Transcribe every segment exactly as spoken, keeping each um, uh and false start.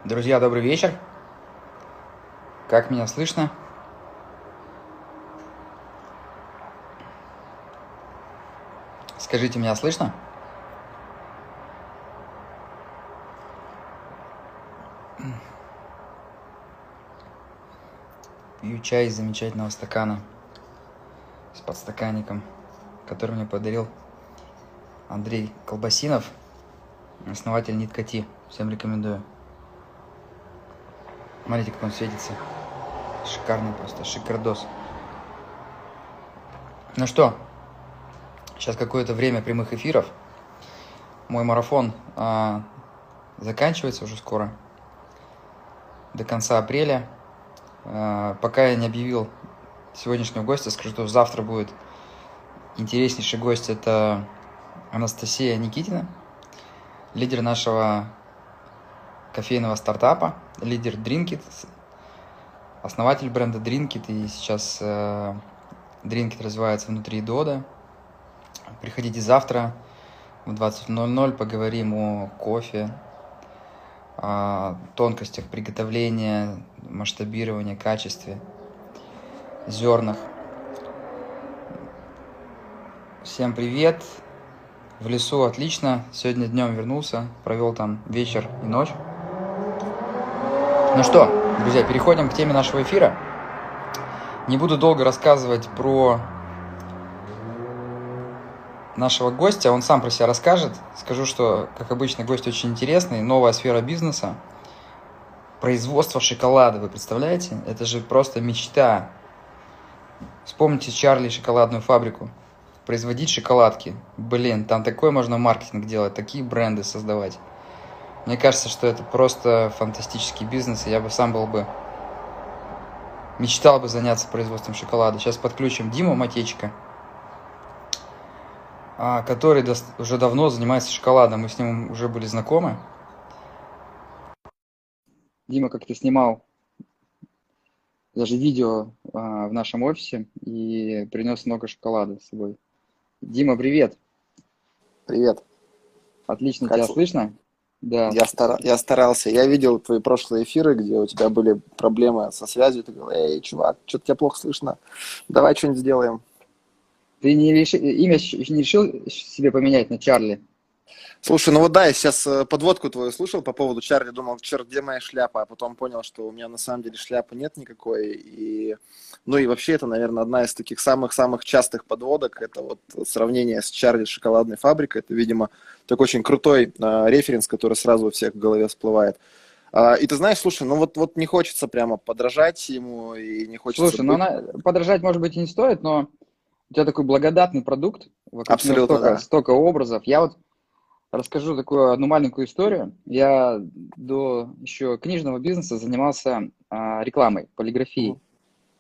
Друзья, добрый вечер. Как меня слышно? Скажите, меня слышно? Пью чай из замечательного стакана с подстаканником, который мне подарил Андрей Колбасинов, основатель Ниткати. Всем рекомендую. Смотрите, как он светится. Шикарный просто, шикардос. Ну что, сейчас какое-то время прямых эфиров. Мой марафон а, заканчивается уже скоро, до конца апреля. А, пока я не объявил сегодняшнего гостя, скажу, что завтра будет интереснейший гость. Это Анастасия Никитина, лидер нашего кофейного стартапа, лидер Drinkit, основатель бренда Drinkit, и сейчас э, Drinkit развивается внутри Дода. Приходите завтра в двадцать ноль ноль, поговорим о кофе, о тонкостях приготовления, масштабирования, качестве, зернах. Всем привет! В лесу отлично. Сегодня днем вернулся, провел там вечер и ночь. Ну что, друзья, переходим к теме нашего эфира. Не буду долго рассказывать про нашего гостя, он сам про себя расскажет. Скажу, что, как обычно, гость очень интересный, новая сфера бизнеса. Производство шоколада, вы представляете? Это же просто мечта. Вспомните Чарли шоколадную фабрику. Производить шоколадки. Блин, там такой можно маркетинг делать, такие бренды создавать. Мне кажется, что это просто фантастический бизнес, и я бы сам был бы, мечтал бы заняться производством шоколада. Сейчас подключим Диму Матечко, который уже давно занимается шоколадом. Мы с ним уже были знакомы. Дима как-то снимал даже видео в нашем офисе и принес много шоколада с собой. Дима, привет. Привет. Отлично как тебя с... слышно? Да. Я, стар... я старался. Я видел твои прошлые эфиры, где у тебя были проблемы со связью. Ты говорил: эй, чувак, что-то тебя плохо слышно. Давай что-нибудь сделаем. Ты не реши... имя не решил себе поменять на Чарли? Слушай, ну вот да, я сейчас подводку твою слушал по поводу Чарли, думал, черт, где моя шляпа, а потом понял, что у меня на самом деле шляпы нет никакой, и, ну и вообще это, наверное, одна из таких самых-самых частых подводок, это вот сравнение с Чарли шоколадной фабрикой, это, видимо, такой очень крутой а, референс, который сразу у всех в голове всплывает. А, и ты знаешь, слушай, ну вот, вот не хочется прямо подражать ему, и не хочется... Слушай, быть... ну она, подражать, может быть, и не стоит, но у тебя такой благодатный продукт, вокруг Абсолютно, столько, да. столько образов. Я вот расскажу такую одну маленькую историю. Я до еще книжного бизнеса занимался а, рекламой, полиграфией. Uh-huh.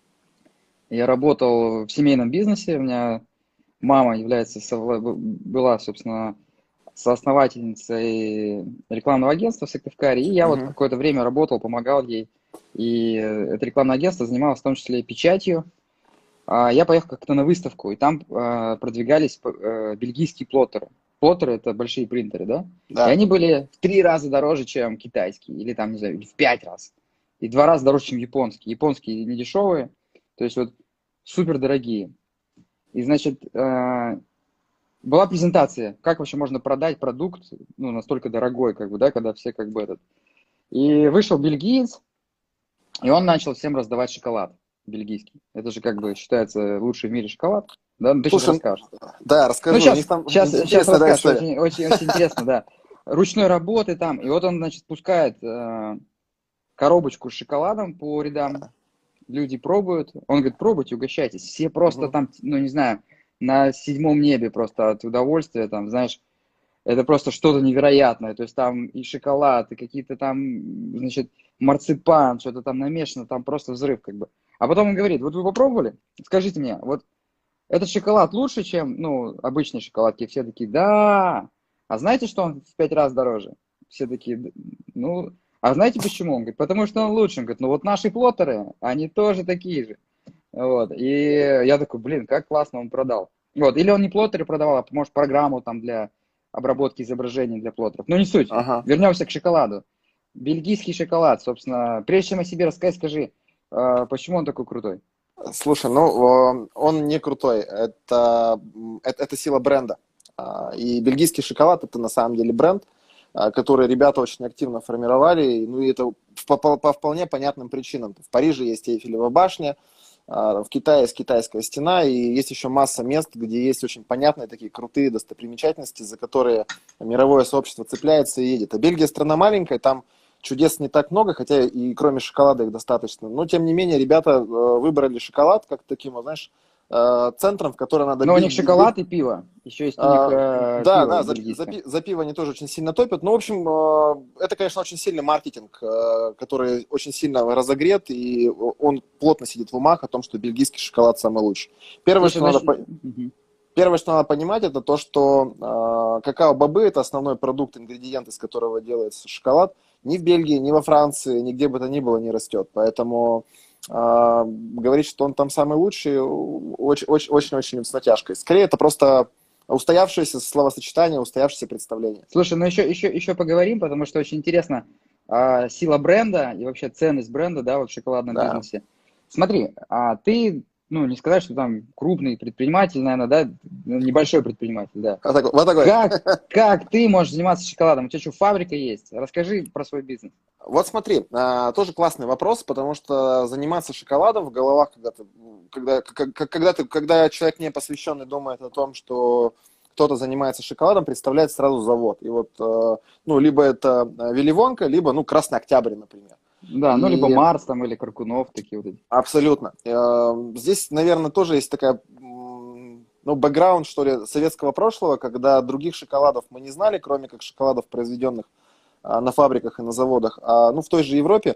Я работал в семейном бизнесе. У меня мама является, была, собственно, соосновательницей рекламного агентства в Сыктывкаре. И я uh-huh. вот какое-то время работал, помогал ей. И это рекламное агентство занималось в том числе и печатью. Я поехал как-то на выставку, и там продвигались бельгийские плоттеры. Плоттеры — это большие принтеры, да? Да. И они были в три раза дороже, чем китайские, или там, не знаю, в пять раз. И два раза дороже, чем японские. Японские не дешевые, то есть вот супер дорогие. И, значит, была презентация, как вообще можно продать продукт, ну, настолько дорогой, как бы, да, когда все как бы этот. И вышел бельгиец, и он начал всем раздавать шоколад бельгийский. Это же как бы считается лучший в мире шоколад. Да, ну ты сейчас расскажешь. Да, расскажу. Ну, сейчас, там сейчас, сейчас расскажешь, очень, очень, очень интересно, да. Ручной работы там, и вот он, значит, пускает э, коробочку с шоколадом по рядам, люди пробуют, он говорит: пробуйте, угощайтесь. Все просто угу. там, ну, не знаю, на седьмом небе просто от удовольствия, там, знаешь, это просто что-то невероятное, то есть там и шоколад, и какие-то там, значит, марципан, что-то там намешано, там просто взрыв, как бы. А потом он говорит: вот вы попробовали? Скажите мне, вот этот шоколад лучше, чем, ну, обычные шоколадки? Все такие: да. А знаете, что он в пять раз дороже? Все такие: ну, а знаете почему? Он говорит: потому что он лучше. Он говорит: ну вот наши плоттеры, они тоже такие же. Вот. И я такой: блин, как классно он продал. Вот. Или он не плоттеры продавал, а, может, программу там для обработки изображений для плоттеров. Ну, не суть. Ага. Вернемся к шоколаду. Бельгийский шоколад, собственно. Прежде чем о себе рассказать, скажи, э, почему он такой крутой? Слушай, ну, э, он не крутой, это, м, это, это сила бренда. А, И бельгийский шоколад это на самом деле бренд, а, который ребята очень активно формировали, ну и это по, по- по вполне понятным причинам. В Париже есть Эйфелева башня, а, в Китае есть Китайская стена, и есть еще масса мест, где есть очень понятные такие крутые достопримечательности, за которые мировое сообщество цепляется и едет. А Бельгия страна маленькая, там чудес не так много, хотя и кроме шоколада их достаточно. Но, тем не менее, ребята э, выбрали шоколад как таким, вот, знаешь, э, центром, в который надо Но у бить, них бить, бить. шоколад и пиво. Еще есть у них А, э, Да, пиво да, за, за бельгийское. пи- за пиво они тоже очень сильно топят. Ну, в общем, э, это, конечно, очень сильный маркетинг, э, который очень сильно разогрет, и он плотно сидит в умах о том, что бельгийский шоколад самый лучший. Первое, Слушай, что надо, значит... по- Мгм. Первое, что надо понимать, это то, что э, какао-бобы – это основной продукт, ингредиент, из которого делается шоколад. Ни в Бельгии, ни во Франции, нигде бы то ни было не растет. Поэтому э, говорить, что он там самый лучший, очень-очень с натяжкой. Скорее, это просто устоявшееся словосочетание, устоявшееся представление. Слушай, ну еще, еще, еще поговорим, потому что очень интересно а, сила бренда и вообще ценность бренда, да, вот в шоколадном Да. бизнесе. Смотри, а ты, ну, не сказать, что там крупный предприниматель, наверное, да, ну, небольшой предприниматель, да. Вот такой. Вот такой. Как, как ты можешь заниматься шоколадом? У тебя что, фабрика есть? Расскажи про свой бизнес. Вот смотри, а, тоже классный вопрос, потому что заниматься шоколадом в головах, когда ты, когда, как- как- когда ты, когда человек не посвященный думает о том, что кто-то занимается шоколадом, представляет сразу завод. И вот, э, ну, либо это Вилли-Вонка, либо, ну, Красный Октябрь, например. Да, ну, либо И Марс там, или Каркунов, такие вот эти. абсолютно. Э, Здесь, наверное, тоже есть такая, м, ну, бэкграунд, что ли, советского прошлого, когда других шоколадов мы не знали, кроме как шоколадов, произведенных а, на фабриках и на заводах. А, ну, в той же Европе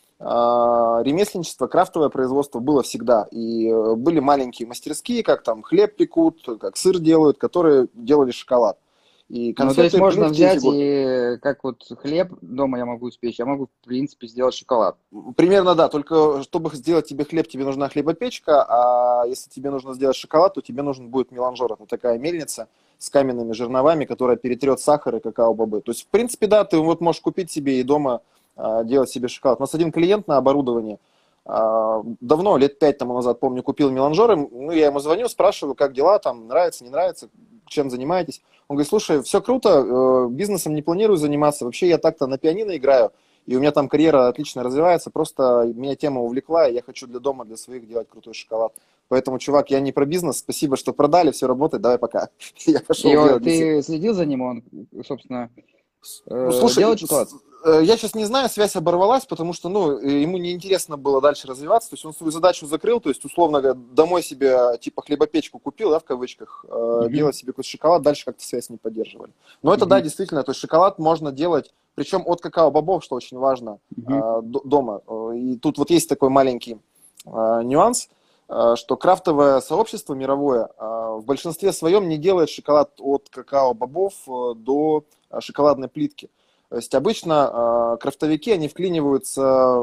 а, ремесленничество, крафтовое производство было всегда. И э, были маленькие мастерские, как там хлеб пекут, как сыр делают, которые делали шоколад. И Ну, то есть конфеты, можно плитки, взять фигурки. и как вот хлеб дома я могу испечь, я могу, в принципе, сделать шоколад. Примерно, да, только чтобы сделать тебе хлеб, тебе нужна хлебопечка, а если тебе нужно сделать шоколад, то тебе нужен будет меланжер. Это такая мельница с каменными жерновами, которая перетрет сахар и какао-бобы. То есть, в принципе, да, ты вот можешь купить себе и дома а, делать себе шоколад. У нас один клиент на оборудовании а, давно, лет пять тому назад, помню, купил меланжеры. Ну, я ему звоню, спрашиваю, как дела, там, нравится, не нравится, чем занимаетесь. Он говорит, слушай, все круто, э, бизнесом не планирую заниматься, вообще я так-то на пианино играю, и у меня там карьера отлично развивается, просто меня тема увлекла, и я хочу для дома, для своих делать крутой шоколад. Поэтому, чувак, я не про бизнес, спасибо, что продали, все работает, давай пока. Я И пошел о, делать для себя. ты следил за ним, он, собственно, Ну, э, слушай, делает шоколад? с- э, я сейчас не знаю, связь оборвалась, потому что, ну, э, ему неинтересно было дальше развиваться, то есть он свою задачу закрыл, то есть, условно говоря, домой себе, типа, хлебопечку купил, да, в кавычках, э, Мгм, делать себе какой-то шоколад, дальше как-то связь не поддерживали. Но это, да, мгм, действительно, то есть шоколад можно делать, причем от какао-бобов, что очень важно, мгм. э, д- дома. Э, И тут вот есть такой маленький э, нюанс, э, что крафтовое сообщество мировое э, в большинстве своем не делает шоколад от какао-бобов э, до э, шоколадной плитки. То есть обычно э, крафтовики, они вклиниваются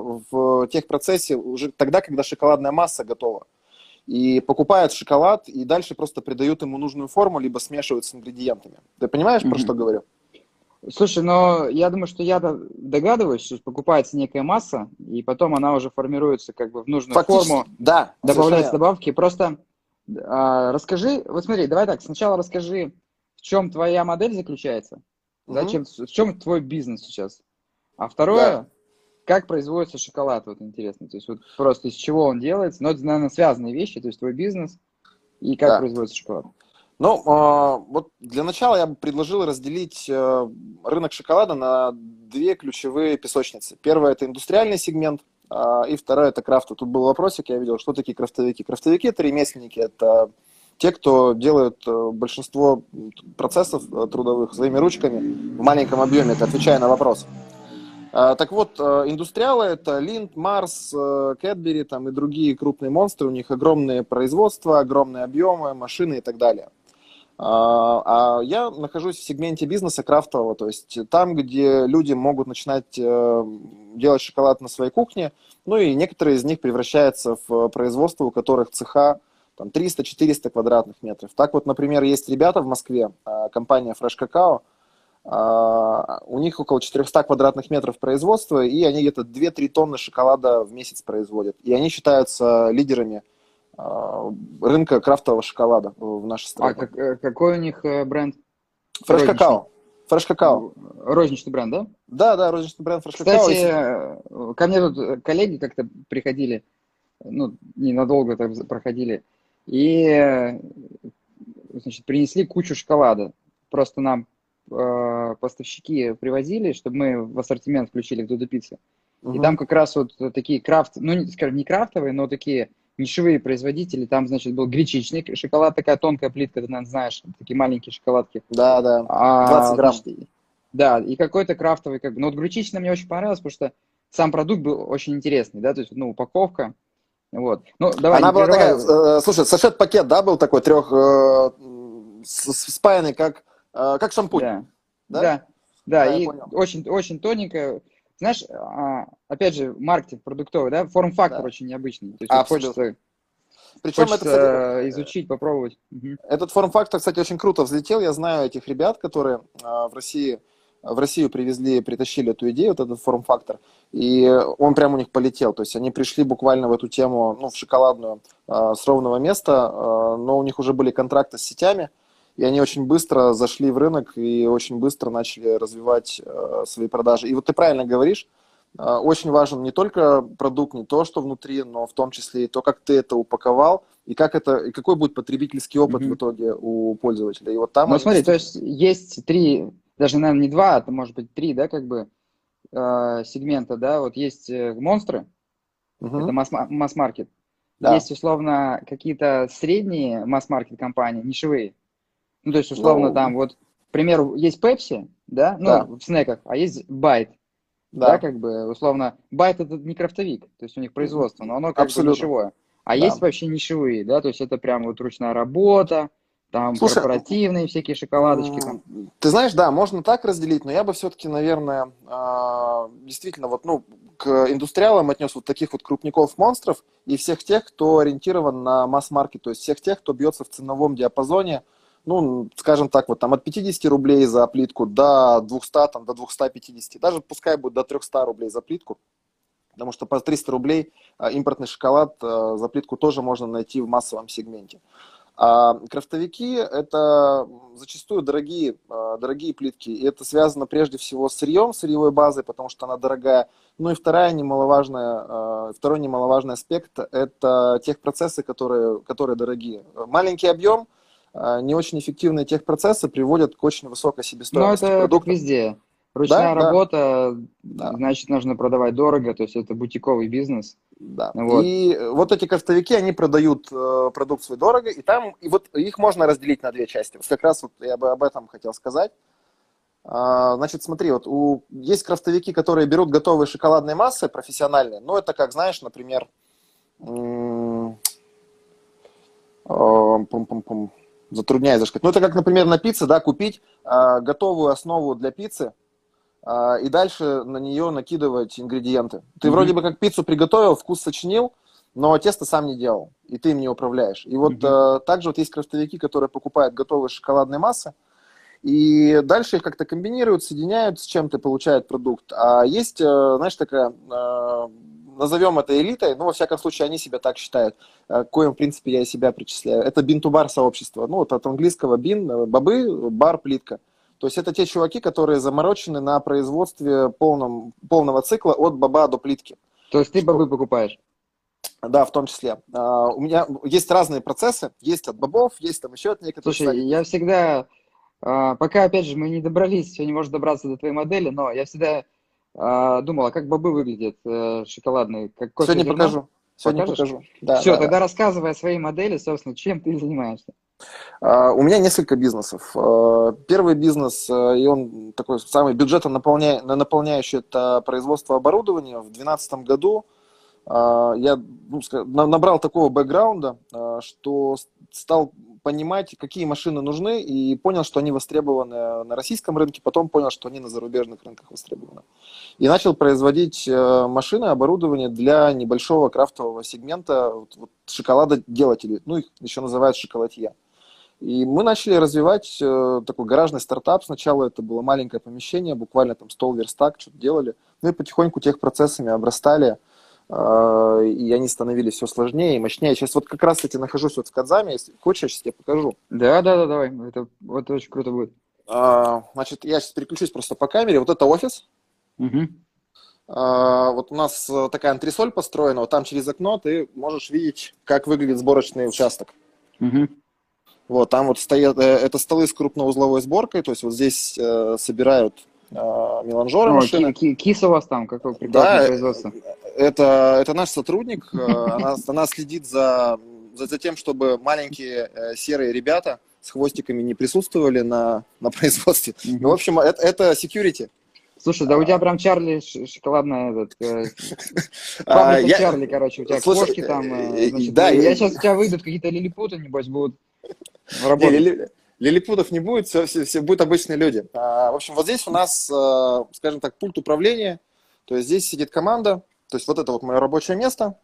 в техпроцессе уже тогда, когда шоколадная масса готова. И покупают шоколад, и дальше просто придают ему нужную форму, либо смешивают с ингредиентами. Ты понимаешь, про что Мгм. говорю? Слушай, но я думаю, что я до- догадываюсь, что покупается некая масса, и потом она уже формируется как бы в нужную Фактически, форму, да, совершенно добавляются верно. добавки. Просто а, расскажи, вот смотри, давай так, сначала расскажи, в чем твоя модель заключается, да, Мгм. чем, в чем твой бизнес сейчас. А Да, второе, как производится шоколад, вот интересно. То есть вот просто из чего он делается, но это, наверное, связанные вещи, то есть твой бизнес и как да. производится шоколад. Ну, а, вот для начала я бы предложил разделить э, рынок шоколада на две ключевые песочницы. Первая – это индустриальный сегмент, а, и вторая – это крафт. Тут был вопросик, я видел, что такие крафтовики. Крафтовики – это ремесленники, это те, кто делают э, большинство процессов э, трудовых своими ручками в маленьком объеме, это отвечая на вопрос. А, Так вот, э, индустриалы – это Линд, Марс, э, Кэтбери там, и другие крупные монстры. У них огромные производства, огромные объемы, машины и так далее. А а я нахожусь в сегменте бизнеса крафтового, то есть там, где люди могут начинать э, делать шоколад на своей кухне, ну и некоторые из них превращаются в производство, у которых цеха там триста-четыреста квадратных метров. Так вот, например, есть ребята в Москве, а, компания Fresh Cacao, А, у них около четыреста квадратных метров производства, и они где-то две-три тонны шоколада в месяц производят. И они считаются лидерами а, рынка крафтового шоколада в нашей А стране. как, э, какой у них э, бренд? Фреш Розничный. какао. Фреш какао. Розничный бренд, да? Да, да, розничный бренд Фреш какао. Кстати, э, ко мне тут коллеги как-то приходили, ну, ненадолго так проходили, и, э, значит, принесли кучу шоколада. Просто нам э, поставщики привозили, чтобы мы в ассортимент включили в Додо Пицца. Угу. И там как раз вот такие крафт, ну, не, скажем, не крафтовые, но такие нишевые производители. Там, значит, был гречичный шоколад, такая тонкая плитка, ты, наверное, знаешь, такие маленькие шоколадки. Да, да, А, двадцать грамм. значит, да, и какой-то крафтовый, как бы. Но вот гречичный мне очень понравилось, потому что сам продукт был очень интересный, да, то есть, ну, упаковка. Вот. Ну, давай, Она не была прерывай. такая, э, слушай, сашет-пакет, да, был такой трех, э, с- спаянный, как, э, как шампунь. Да, Да? да, да, Да, я и понял. очень, очень тоненькая. Знаешь, а, опять же, маркетинг продуктовый, да, форм-фактор Да. очень необычный. То есть вот Абсолютно. хочется, Причем хочется это, кстати, изучить, попробовать. Мгм. этот форм-фактор, кстати, очень круто взлетел. Я знаю этих ребят, которые а, в России, в Россию привезли, притащили эту идею, вот этот форм-фактор, и он прямо у них полетел. То есть они пришли буквально в эту тему, ну, в шоколадную, а, с ровного места, а, но у них уже были контракты с сетями, и они очень быстро зашли в рынок и очень быстро начали развивать а, свои продажи. И вот ты правильно говоришь, а, очень важен не только продукт, не то, что внутри, но в том числе и то, как ты это упаковал, и как это, и какой будет потребительский опыт Мгм. в итоге у пользователя. И вот там Ну, они смотри, то действительно... есть есть три, даже, наверное, не два, а может быть три, да, как бы э, сегмента, да, вот есть э, монстры, это Мгм. масс- масс-маркет, Да. есть условно какие-то средние масс-маркет компании, нишевые, ну, то есть условно Ну, там вот, к примеру, есть Pepsi, да, да, ну, в снеках, а есть Байт, да, да, как бы условно, Байт это не крафтовик, то есть у них производство, но оно как бы абсолютно, нишевое, а есть да. вообще нишевые, да, то есть это прям вот ручная работа, там Слушай, корпоративные всякие шоколадочки там. м, ты знаешь, да, можно так разделить, но я бы все-таки, наверное, а, действительно, вот, ну, к индустриалам отнес вот таких вот крупников-монстров и всех тех, кто ориентирован на масс-маркет, то есть всех тех, кто бьется в ценовом диапазоне, ну, скажем так, вот там от пятидесяти рублей за плитку до двухсот, там, до двухсот пятидесяти, даже пускай будет до трехсот рублей за плитку, потому что по триста рублей а, импортный шоколад а, за плитку тоже можно найти в массовом сегменте. А крафтовики – это зачастую дорогие, а, дорогие плитки, и это связано прежде всего с сырьем, сырьевой базой, потому что она дорогая. Ну и вторая немаловажная, а, второй немаловажный аспект – это техпроцессы, которые, которые дорогие. Маленький объем, а, не очень эффективные техпроцессы приводят к очень высокой Но себестоимости это как продукта. везде. Да, Ручная да, работа, да. значит, нужно продавать дорого, то есть это бутиковый бизнес. Да. Вот. И вот эти крафтовики, они продают э, продукцию дорого, и там, и вот их можно разделить на две части. Вот как раз вот я бы об этом хотел сказать. А, значит, смотри, вот у, есть крафтовики, которые берут готовые шоколадные массы профессиональные, ну, это как, знаешь, например, м- э, пум-пум-пум, затрудняюсь даже сказать. Ну, это как, например, на пицце, да, купить э, готовую основу для пиццы, а, и дальше на нее накидывать ингредиенты. Ты Мгм. вроде бы как пиццу приготовил, вкус сочинил, но тесто сам не делал, и ты им не управляешь. И вот Мгм. э, также вот есть крафтовики, которые покупают готовые шоколадные массы, и дальше их как-то комбинируют, соединяют с чем-то, получают продукт. А есть, э, знаешь, такая, э, назовем это элитой, ну, во всяком случае, они себя так считают, э, к коим, в принципе, я и себя причисляю. Это бин-ту-бар сообщество. Ну, вот от английского бин, э, бобы, бар, плитка. То есть это те чуваки, которые заморочены на производстве полном, полного цикла от боба до плитки. То есть ты Что, бобы покупаешь? да, в том числе. А, у меня есть разные процессы, есть от бобов, есть там еще от некоторых Слушай, садиков. я всегда, а, пока, опять же, мы не добрались, все не можем добраться до твоей модели, но я всегда а, думал, а как бобы выглядят э, шоколадные, как Сегодня кофе-зерно? покажу. Сегодня Покажешь? покажу. Да, Все, да, да. тогда рассказывай о своей модели, собственно, чем ты занимаешься. А, у меня несколько бизнесов. А, первый бизнес, а, и он такой самый бюджетонаполня... наполняющий, это производство оборудования. В две тысячи двенадцатом году а, я ну, ска- на- набрал такого бэкграунда, а, что с- стал понимать, какие машины нужны, и понял, что они востребованы на российском рынке, потом понял, что они на зарубежных рынках востребованы. И начал производить э, машины, оборудование для небольшого крафтового сегмента вот, вот, шоколадоделателей, ну их еще называют шоколадье. И мы начали развивать э, такой гаражный стартап. Сначала это было маленькое помещение, буквально там стол, верстак, что-то делали. Ну и потихоньку техпроцессами обрастали, э, и они становились все сложнее и мощнее. Сейчас вот как раз, кстати, нахожусь вот в Кодзаме. Если хочешь, я сейчас тебе покажу. Да, да, да, давай. Это вот очень круто будет. А, значит, я сейчас переключусь просто по камере. Вот это офис. Угу. А, вот у нас такая антресоль построена. Вот там через окно ты можешь видеть, как выглядит сборочный участок. Угу. Вот, там вот стоят, э, это столы с крупноузловой сборкой, то есть вот здесь э, собирают э, меланжеры, О, машины. ки- ки- кис у вас там, какое прекрасное Да, производство. это, это наш сотрудник, э, она, она следит за, за, за тем, чтобы маленькие э, серые ребята с хвостиками не присутствовали на, на производстве. Угу. Ну, в общем, это, это security. Слушай, да у тебя прям Чарли ш- шоколадная, этот, э, А, фабрика я- Чарли, короче, у тебя Слушай, кошки там, э, э, значит, да, я, я- сейчас у тебя выйдут какие-то лилипуты, небось, будут Не, работать. лили- лилипутов не будет, все, все, все будут обычные люди. А, в общем, вот здесь у нас, э, скажем так, пульт управления. То есть здесь сидит команда. То есть вот это вот мое рабочее место.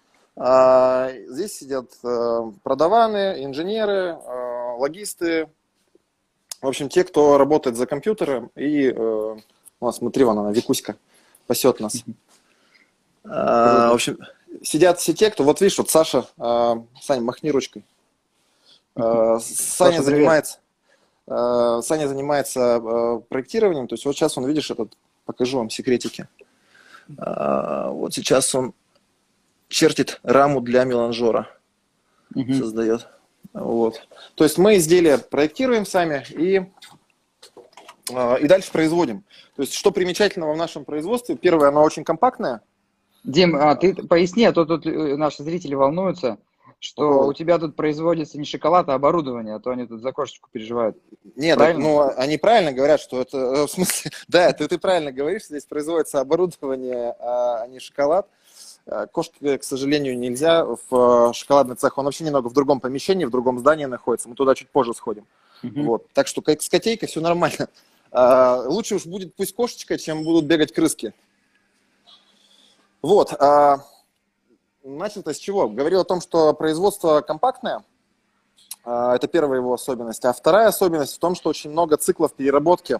А, здесь сидят э, продаваны, инженеры, э, логисты. В общем, те, кто работает за компьютером. И э, у нас, смотри, вон она, Викуська, пасет нас. А, в общем, сидят все те, кто... Вот видишь, вот Саша, э, Сань, махни ручкой. Э, Саня Саша, привет. занимается, э, Саня занимается э, проектированием. То есть вот сейчас он, видишь, этот, покажу вам секретики. Э, Вот сейчас он чертит раму для меланжера, Мгм. создает. Вот. То есть мы изделия проектируем сами и, э, и дальше производим. То есть что примечательного в нашем производстве? Первое, оно очень компактное. Дим, а ты поясни, а то тут э, наши зрители волнуются, что Ого. у тебя тут производится не шоколад, а оборудование, а то они тут за кошечку переживают. Нет, Правильно? ну они правильно говорят, что это, э, в смысле, да, ты, ты правильно говоришь, здесь производится оборудование, а не шоколад. Э, Кошки, к сожалению, нельзя в э, шоколадный цех, он вообще немного в другом помещении, в другом здании находится, мы туда чуть позже сходим. Мгм. Вот. Так что как с котейкой все нормально. А, лучше уж будет пусть кошечка, чем будут бегать крыски. Вот. А, начал-то с чего? Говорил о том, что производство компактное. А, это первая его особенность. А вторая особенность в том, что очень много циклов переработки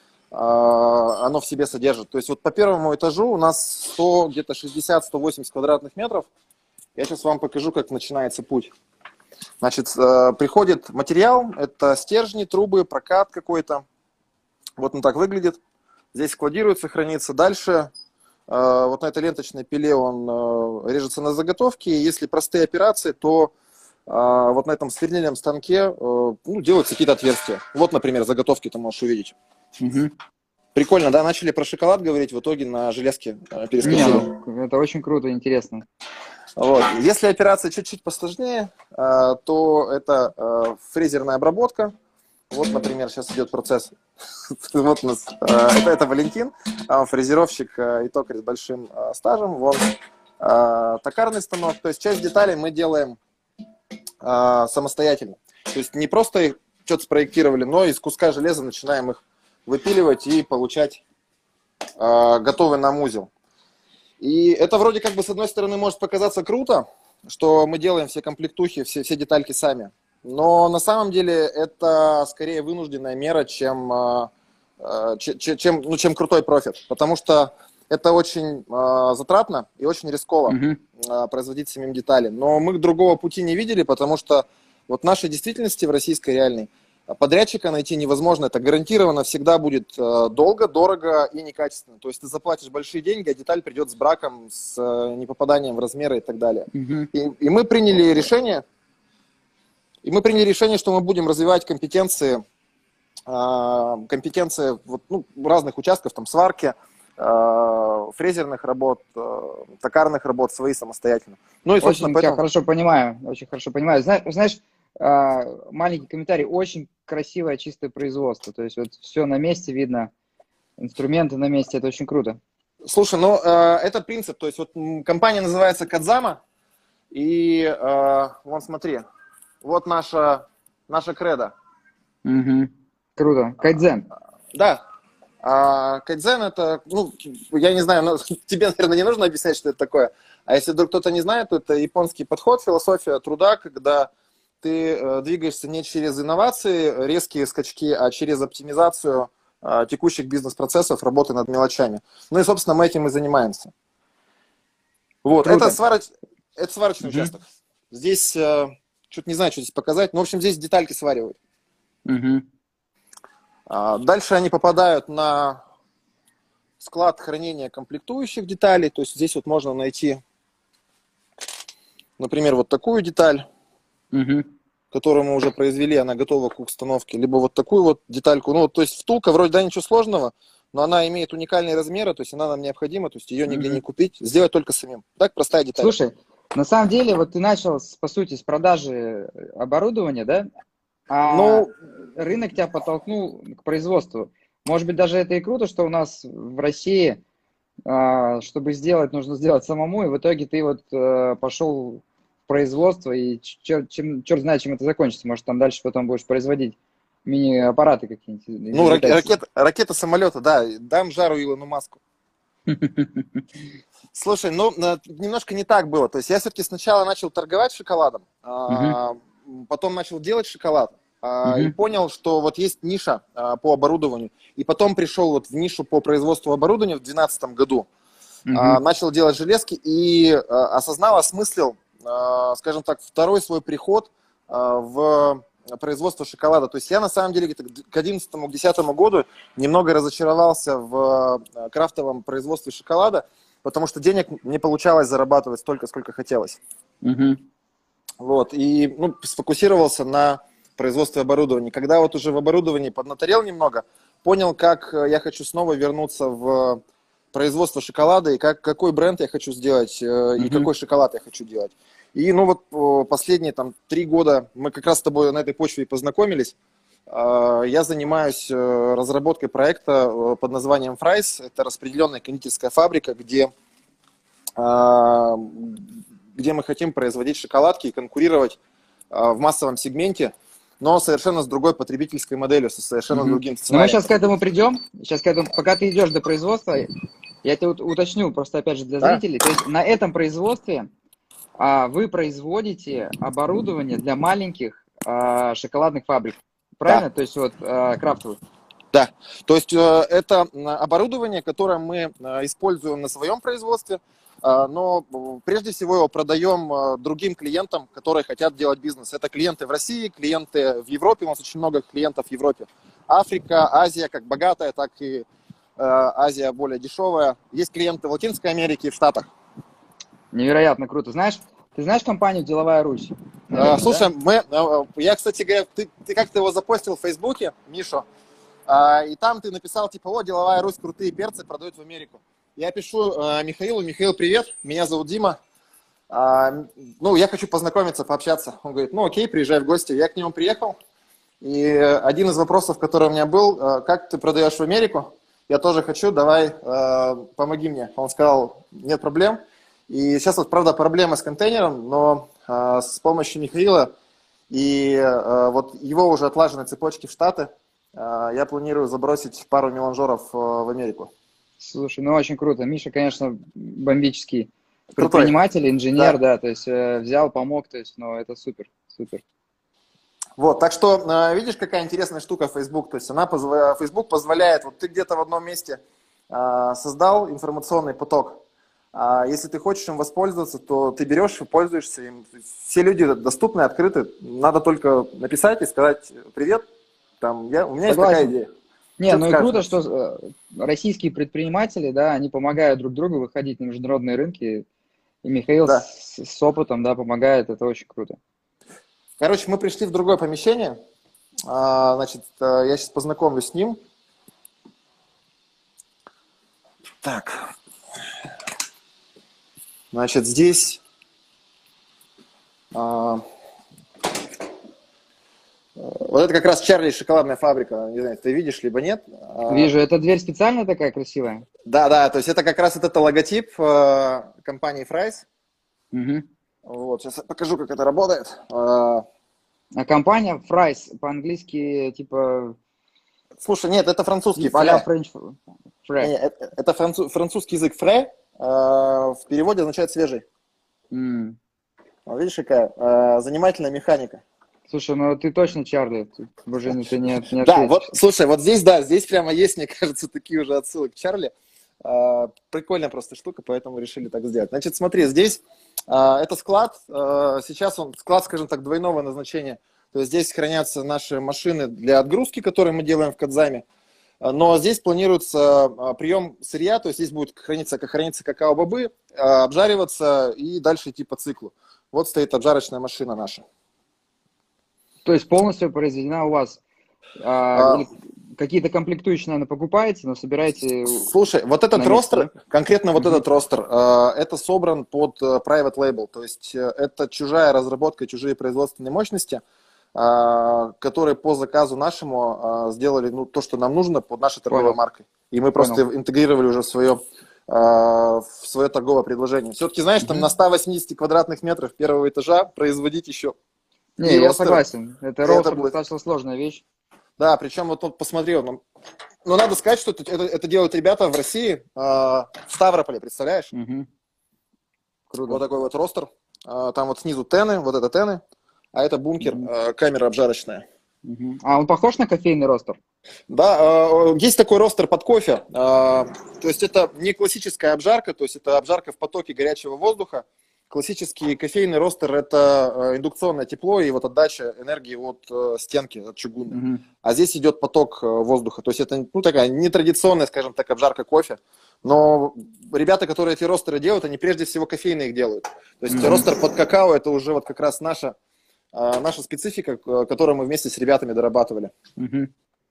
а, оно в себе содержит. То есть вот по первому этажу у нас сто, где-то шестьдесят - сто восемьдесят квадратных метров. Я сейчас вам покажу, как начинается путь. Значит, э, приходит материал, это стержни, трубы, прокат какой-то. Вот он так выглядит. Здесь складируется, хранится. Дальше э, вот на этой ленточной пиле он э, режется на заготовки. И если простые операции, то э, вот на этом сверлильном станке э, ну, делаются какие-то отверстия. Вот, например, заготовки ты можешь увидеть. Мгм. Прикольно, да? Начали про шоколад говорить, в итоге на железке э, Не, перескочили. ну, это очень круто, интересно. Вот. Если операция чуть-чуть посложнее, э, то это э, фрезерная обработка. Вот, например, сейчас идет процесс. Вот у нас, э, это, это Валентин, а, фрезеровщик э, и токарь с большим э, стажем. Вон э, токарный станок. То есть часть деталей мы делаем э, самостоятельно. То есть не просто их что-то спроектировали, но из куска железа начинаем их выпиливать и получать э, готовый нам узел. И это вроде как бы с одной стороны может показаться круто, что мы делаем все комплектухи, все, все детальки сами. Но на самом деле это скорее вынужденная мера, чем, э, э, че- чем, ну, чем крутой профит. Потому что это очень э, затратно и очень рисково Мгм. э, производить самим детали. Но мы другого пути не видели, потому что вот в нашей действительности, в российской реальной, подрядчика найти невозможно. Это гарантированно всегда будет э, долго, дорого и некачественно. То есть ты заплатишь большие деньги, а деталь придет с браком, с э, непопаданием в размеры и так далее. Мгм. И, и мы приняли решение, и мы приняли решение, что мы будем развивать компетенции, э, компетенции вот, ну, разных участков, там сварки, э, фрезерных работ, э, токарных работ свои самостоятельно. Ну и, собственно, Очень тебя поэтому... хорошо понимаю, очень хорошо понимаю. Знаешь, знаешь, а, маленький комментарий, очень красивое, чистое производство. То есть вот все на месте видно, инструменты на месте, это очень круто. Слушай, ну э, это принцип, то есть вот м, компания называется Кодзама, и э, вон смотри, вот наша, наша кредо. Мгм. Круто. Кайдзен. Да, а кайдзен это, ну, я не знаю, ну, тебе, наверное, не нужно объяснять, что это такое, а если вдруг кто-то не знает, то это японский подход, философия труда, когда ты э, двигаешься не через инновации, резкие скачки, а через оптимизацию э, текущих бизнес-процессов, работы над мелочами. Ну и, собственно, мы этим и занимаемся. Вот, это, свароч... это сварочный Угу. участок. Здесь, э, что-то не знаю, что здесь показать, но, в общем, здесь детальки сваривают. Угу. А, дальше они попадают на склад хранения комплектующих деталей, то есть здесь вот можно найти, например, вот такую деталь, угу. которую мы уже произвели, она готова к установке, либо вот такую вот детальку. Ну, то есть втулка вроде да ничего сложного, но она имеет уникальные размеры, то есть она нам необходима, то есть ее нигде угу. не купить, сделать только самим. Так, простая деталь. Слушай, на самом деле, вот ты начал, по сути, с продажи оборудования, да? А ну, рынок тебя подтолкнул к производству. Может быть, даже это и круто, что у нас в России, чтобы сделать, нужно сделать самому, и в итоге ты вот пошел в производство, и черт, чем, черт знает, чем это закончится. Может, там дальше потом будешь производить мини-аппараты какие-нибудь. Ну, ракета, ракета самолета, да, дам жару Илону Маску. Слушай, ну, немножко не так было. То есть я все-таки сначала начал торговать шоколадом, uh-huh. потом начал делать шоколад, uh-huh. и понял, что вот есть ниша по оборудованию. И потом пришел вот в нишу по производству оборудования в две тысячи двенадцатом году. Uh-huh. Начал делать железки и осознал, осмыслил, скажем так, второй свой приход в производство шоколада. То есть я на самом деле к две тысячи одиннадцатому — две тысячи десятому году немного разочаровался в крафтовом производстве шоколада, потому что денег не получалось зарабатывать столько, сколько хотелось. Угу. Вот, и ну, сфокусировался на производстве оборудования. Когда вот уже в оборудовании поднаторел немного, понял, как я хочу снова вернуться в производство шоколада и как, какой бренд я хочу сделать, угу. и какой шоколад я хочу делать. И ну вот последние там три года мы как раз с тобой на этой почве и познакомились. Я занимаюсь разработкой проекта под названием Fry's. Это распределенная кондитерская фабрика, где, где мы хотим производить шоколадки и конкурировать в массовом сегменте, но совершенно с другой потребительской моделью, со совершенно mm-hmm. другим сценарием. Но мы сейчас к этому придем. Сейчас к этому, пока ты идешь до производства, я тебе уточню, просто опять же для да? зрителей. То есть на этом производстве а, вы производите оборудование для маленьких а, шоколадных фабрик. Правильно? Да. То есть вот а, крафтовых. Да. То есть это оборудование, которое мы используем на своем производстве, но прежде всего его продаем другим клиентам, которые хотят делать бизнес. Это клиенты в России, клиенты в Европе. У нас очень много клиентов в Европе. Африка, Азия как богатая, так и Азия более дешевая. Есть клиенты в Латинской Америке и в Штатах. Невероятно круто. Знаешь, ты знаешь компанию «Деловая Русь»? Наверное, Слушай, да? мы, я, кстати говоря, ты, ты как-то его запостил в Фейсбуке, Мишу, и там ты написал, типа, о, «Деловая Русь, крутые перцы продают в Америку». Я пишу Михаилу: Михаил, привет, меня зовут Дима, ну, я хочу познакомиться, пообщаться. Он говорит: ну, окей, приезжай в гости. Я к нему приехал, и один из вопросов, который у меня был: как ты продаешь в Америку? Я тоже хочу, давай, помоги мне. Он сказал: нет проблем. И сейчас вот, правда, проблема с контейнером, но с помощью Михаила и вот его уже отлаженной цепочки в Штаты я планирую забросить пару меланжеров в Америку. Слушай, ну очень круто. Миша, конечно, бомбический предприниматель, инженер, да, да то есть э, взял, помог, то есть, ну, это супер, супер. Вот, так что, э, видишь, какая интересная штука Facebook, то есть она, позв... Facebook позволяет, вот ты где-то в одном месте э, создал информационный поток, а если ты хочешь им воспользоваться, то ты берешь и пользуешься им. Все люди доступны, открыты, надо только написать и сказать: привет, там, я, у меня Согласен. Есть такая идея. Не, что ну и круто, что российские предприниматели, да, они помогают друг другу выходить на международные рынки, и Михаил да. с, с опытом, да, помогает, это очень круто. Короче, мы пришли в другое помещение, значит, я сейчас познакомлюсь с ним. Так, значит, здесь... Вот это как раз Чарли шоколадная фабрика. Не знаю, ты видишь, либо нет. Вижу. Эта дверь специально такая красивая? Да, да. То есть это как раз вот это логотип э, компании Fry's. Угу. Вот, сейчас я покажу, как это работает. А компания Fry's по-английски типа... Слушай, нет, это французский а-ля French Fry. Нет, это, это француз, французский язык frais, э, в переводе означает свежий. Mm. Вот видишь, какая э, занимательная механика. Слушай, ну ты точно Чарли, ты уже не, ты не, не Да, вот, ответишь. слушай, вот здесь, да, здесь прямо есть, мне кажется, такие уже отсылки к Чарли. А, прикольная просто штука, поэтому решили так сделать. Значит, смотри, здесь а, это склад, а, сейчас он склад, скажем так, двойного назначения. То есть здесь хранятся наши машины для отгрузки, которые мы делаем в Кодзаме. Но здесь планируется прием сырья, то есть здесь будет храниться, как хранится какао-бобы, обжариваться и дальше идти по циклу. Вот стоит обжарочная машина наша. То есть полностью произведена у вас? А, или какие-то комплектующие, наверное, покупаете, но собираете... Слушай, вот этот ростер, да? Конкретно вот mm-hmm. этот ростер, это собран под private label, то есть это чужая разработка, чужие производственные мощности, которые по заказу нашему сделали ну, то, что нам нужно под нашей торговой Понял. маркой. И мы просто Понял. интегрировали уже в свое, в свое торговое предложение. Все-таки, знаешь, mm-hmm. там на ста восьмидесяти квадратных метрах первого этажа производить еще... Не, я согласен. Это ростер достаточно сложная вещь. Да, причем вот, вот посмотри, ну, ну надо сказать, что это, это, это делают ребята в России, э, в Ставрополе, представляешь? Угу. Круто. Вот такой вот ростер. Э, там вот снизу тены, вот это тены, а это бункер, угу. э, камера обжарочная. Угу. А он похож на кофейный ростер? Да, э, есть такой ростер под кофе. Э, то есть это не классическая обжарка, то есть это обжарка в потоке горячего воздуха. Классический кофейный ростер – это индукционное тепло и вот отдача энергии от стенки, от чугуна. Mm-hmm. А здесь идет поток воздуха. То есть это ну, такая нетрадиционная, скажем так, обжарка кофе. Но ребята, которые эти ростеры делают, они прежде всего кофейные их делают. То есть mm-hmm. ростер под какао – это уже вот как раз наша, наша специфика, которую мы вместе с ребятами дорабатывали. Mm-hmm.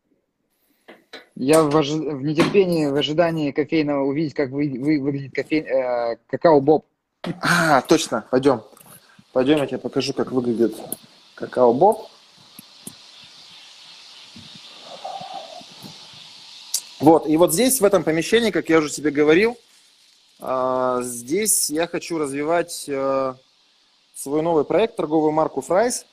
Я в, ожи... в нетерпении, в ожидании кофейного увидеть, как вы... Вы... выглядит кофе... э... какао-боб. А, точно, пойдем. Пойдем, я тебе покажу, как выглядит какао-боб. Вот, и вот здесь, в этом помещении, как я уже тебе говорил, здесь я хочу развивать свой новый проект, торговую марку Fry's.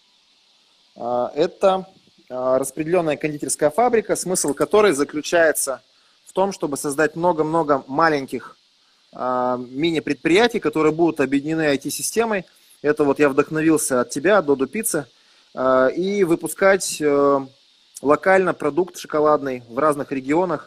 Это распределенная кондитерская фабрика, смысл которой заключается в том, чтобы создать много-много маленьких мини-предприятий, которые будут объединены ай ти-системой. Это вот я вдохновился от тебя, Додо Пицца, и выпускать локально продукт шоколадный в разных регионах,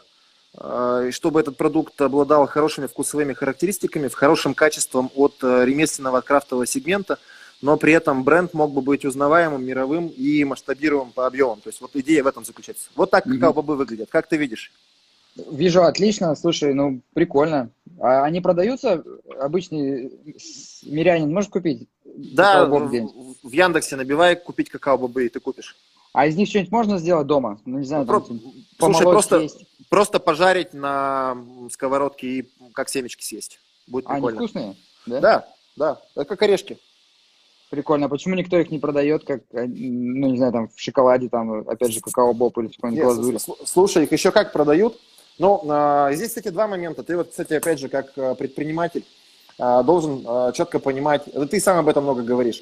чтобы этот продукт обладал хорошими вкусовыми характеристиками, хорошим качеством от ремесленного крафтового сегмента, но при этом бренд мог бы быть узнаваемым, мировым и масштабируемым по объемам. То есть вот идея в этом заключается. Вот так какао-бобы выглядят. Как ты видишь? Вижу, отлично. Слушай, ну прикольно. А они продаются? Обычный мирянин может купить? Да, в, в Яндексе набивай «купить какао-бобы» и ты купишь. А из них что-нибудь можно сделать дома? Ну, не знаю, ну, там, про... Слушай, просто, просто пожарить на сковородке и как семечки съесть. Будет прикольно. А они вкусные? Да, да. да. Это как орешки. Прикольно. А почему никто их не продает, как, ну, не знаю, там, в шоколаде, там, опять же, какао-боб или в какой-нибудь глазури? Слушай, их еще как продают. Ну, а, здесь, кстати, два момента. Ты вот, кстати, опять же, как предприниматель, а, должен а, четко понимать, да ты сам об этом много говоришь,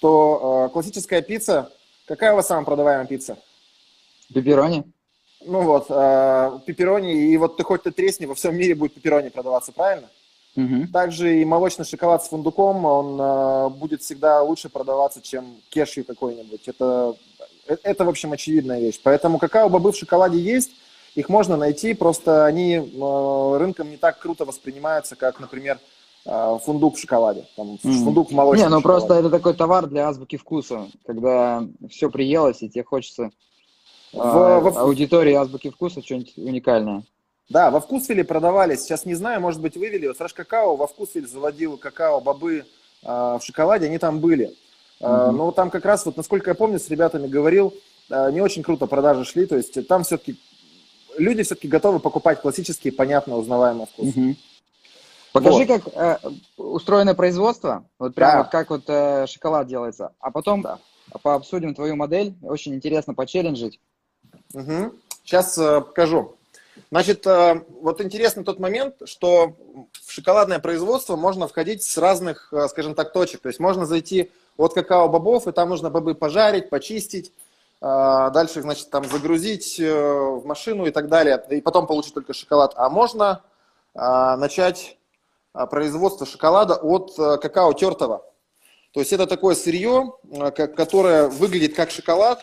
что а, классическая пицца, какая у вас самая продаваемая пицца? Пепперони. Ну вот, а, пепперони, и вот ты хоть ты тресни, во всем мире будет пепперони продаваться, правильно? Угу. Также и молочный шоколад с фундуком, он а, будет всегда лучше продаваться, чем кешью какой-нибудь. Это, это, в общем, очевидная вещь. Поэтому какао-бобы в шоколаде есть, их можно найти, просто они э, рынком не так круто воспринимаются, как, например, э, фундук в шоколаде, там, mm. фундук в молочном Не, ну шоколаде. просто это такой товар для азбуки вкуса, когда все приелось, и тебе хочется э, в, в... аудитории азбуки вкуса что-нибудь уникальное. Да, во Вкусвилле продавали, сейчас не знаю, может быть, вывели. Вот Фреш Какао во Вкусвилле заводил какао-бобы э, в шоколаде, они там были. Mm-hmm. Э, но там как раз, вот насколько я помню, с ребятами говорил, э, не очень круто продажи шли, то есть там все-таки люди все-таки готовы покупать классические, понятно, узнаваемые вкусы. Угу. Покажи, вот. как э, устроено производство, вот прям да. вот как вот э, шоколад делается, а потом да. пообсудим твою модель, очень интересно почелленджить. Угу. Сейчас э, покажу. Значит, э, вот интересный тот момент, что в шоколадное производство можно входить с разных, э, скажем так, точек, то есть можно зайти от какао-бобов, и там нужно бобы пожарить, почистить, дальше, значит, там загрузить в машину и так далее, и потом получить только шоколад. А можно начать производство шоколада от какао тертого. То есть это такое сырье, которое выглядит как шоколад.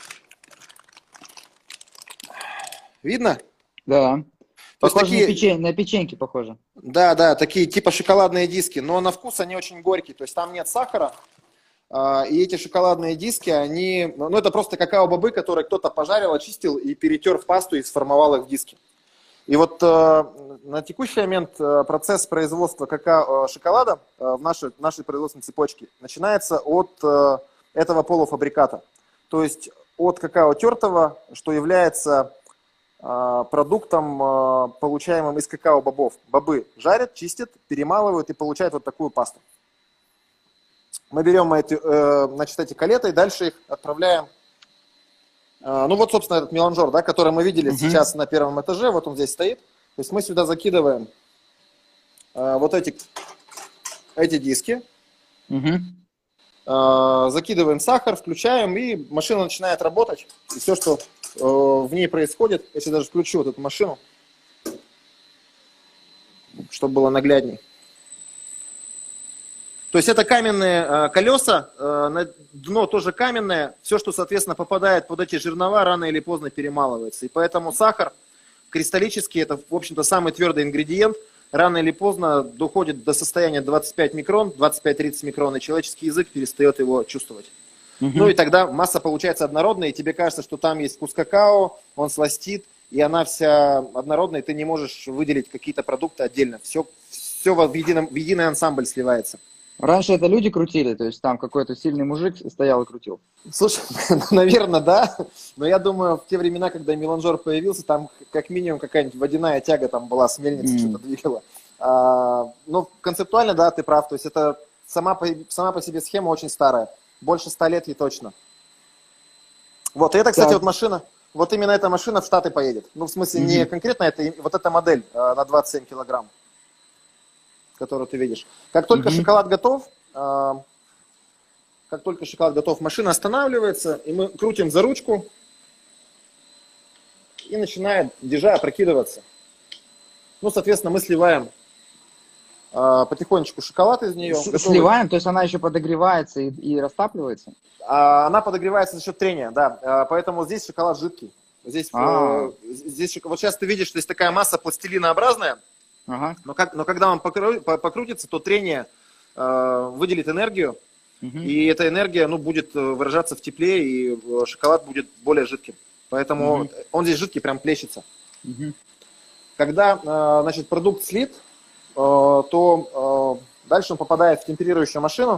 Видно? Да. То есть Похоже такие, на, печень, на печеньки, похоже. Да, да, такие типа шоколадные диски, но на вкус они очень горькие, то есть там нет сахара. И эти шоколадные диски, они, ну это просто какао-бобы, которые кто-то пожарил, очистил и перетер в пасту и сформовал их в диски. И вот э, на текущий момент э, процесс производства какао-шоколада э, в нашей, в нашей производственной цепочке начинается от э, этого полуфабриката. То есть от какао тертого, что является э, продуктом, э, получаемым из какао-бобов. Бобы жарят, чистят, перемалывают и получают вот такую пасту. Мы берем эти, э, значит, эти калеты и дальше их отправляем. Э, ну вот, собственно, этот меланжер, да, который мы видели uh-huh. сейчас на первом этаже, вот он здесь стоит. То есть мы сюда закидываем э, вот эти, эти диски, uh-huh. э, закидываем сахар, включаем, и машина начинает работать. И все, что э, в ней происходит, если даже включу вот эту машину, чтобы было наглядней. То есть это каменные э, колеса, э, на дно тоже каменное. Все, что, соответственно, попадает под эти жернова, рано или поздно перемалывается. И поэтому сахар кристаллический, это, в общем-то, самый твердый ингредиент, рано или поздно доходит до состояния двадцать пять микрон, двадцать пять-тридцать микрон, и человеческий язык перестает его чувствовать. Угу. Ну и тогда масса получается однородная, и тебе кажется, что там есть вкус какао, он сластит, и она вся однородная, и ты не можешь выделить какие-то продукты отдельно. Все, все в, едином, в единый ансамбль сливается. Раньше это люди крутили, то есть там какой-то сильный мужик стоял и крутил. Слушай, наверное, да. Но я думаю, в те времена, когда меланжер появился, там как минимум какая-нибудь водяная тяга там была, с мельницы mm. что-то двигала. А, ну, концептуально, да, ты прав. То есть это сама по, сама по себе схема очень старая. Больше ста лет ей точно. Вот, и это, кстати, так. вот машина, вот именно эта машина в Штаты поедет. Ну, в смысле, mm-hmm. не конкретно, это вот эта модель а, на двадцать семь килограмм. Которую ты видишь. Как только mm-hmm. шоколад готов, э, как только шоколад готов, машина останавливается, и мы крутим за ручку, и начинает дежа опрокидываться. Ну, соответственно, мы сливаем э, потихонечку шоколад из нее. С- сливаем, то есть она еще подогревается и, и растапливается? А, она подогревается за счет трения, да. А, поэтому здесь шоколад жидкий. Здесь, э, здесь, вот сейчас ты видишь, что есть такая масса пластилинообразная. Ага. Но, как, но когда он покру, покрутится, то трение э, выделит энергию, угу. и эта энергия ну, будет выражаться в тепле, и шоколад будет более жидким. Поэтому угу. он здесь жидкий, прям плещется. Угу. Когда э, значит, продукт слит, э, то э, дальше он попадает в темперирующую машину.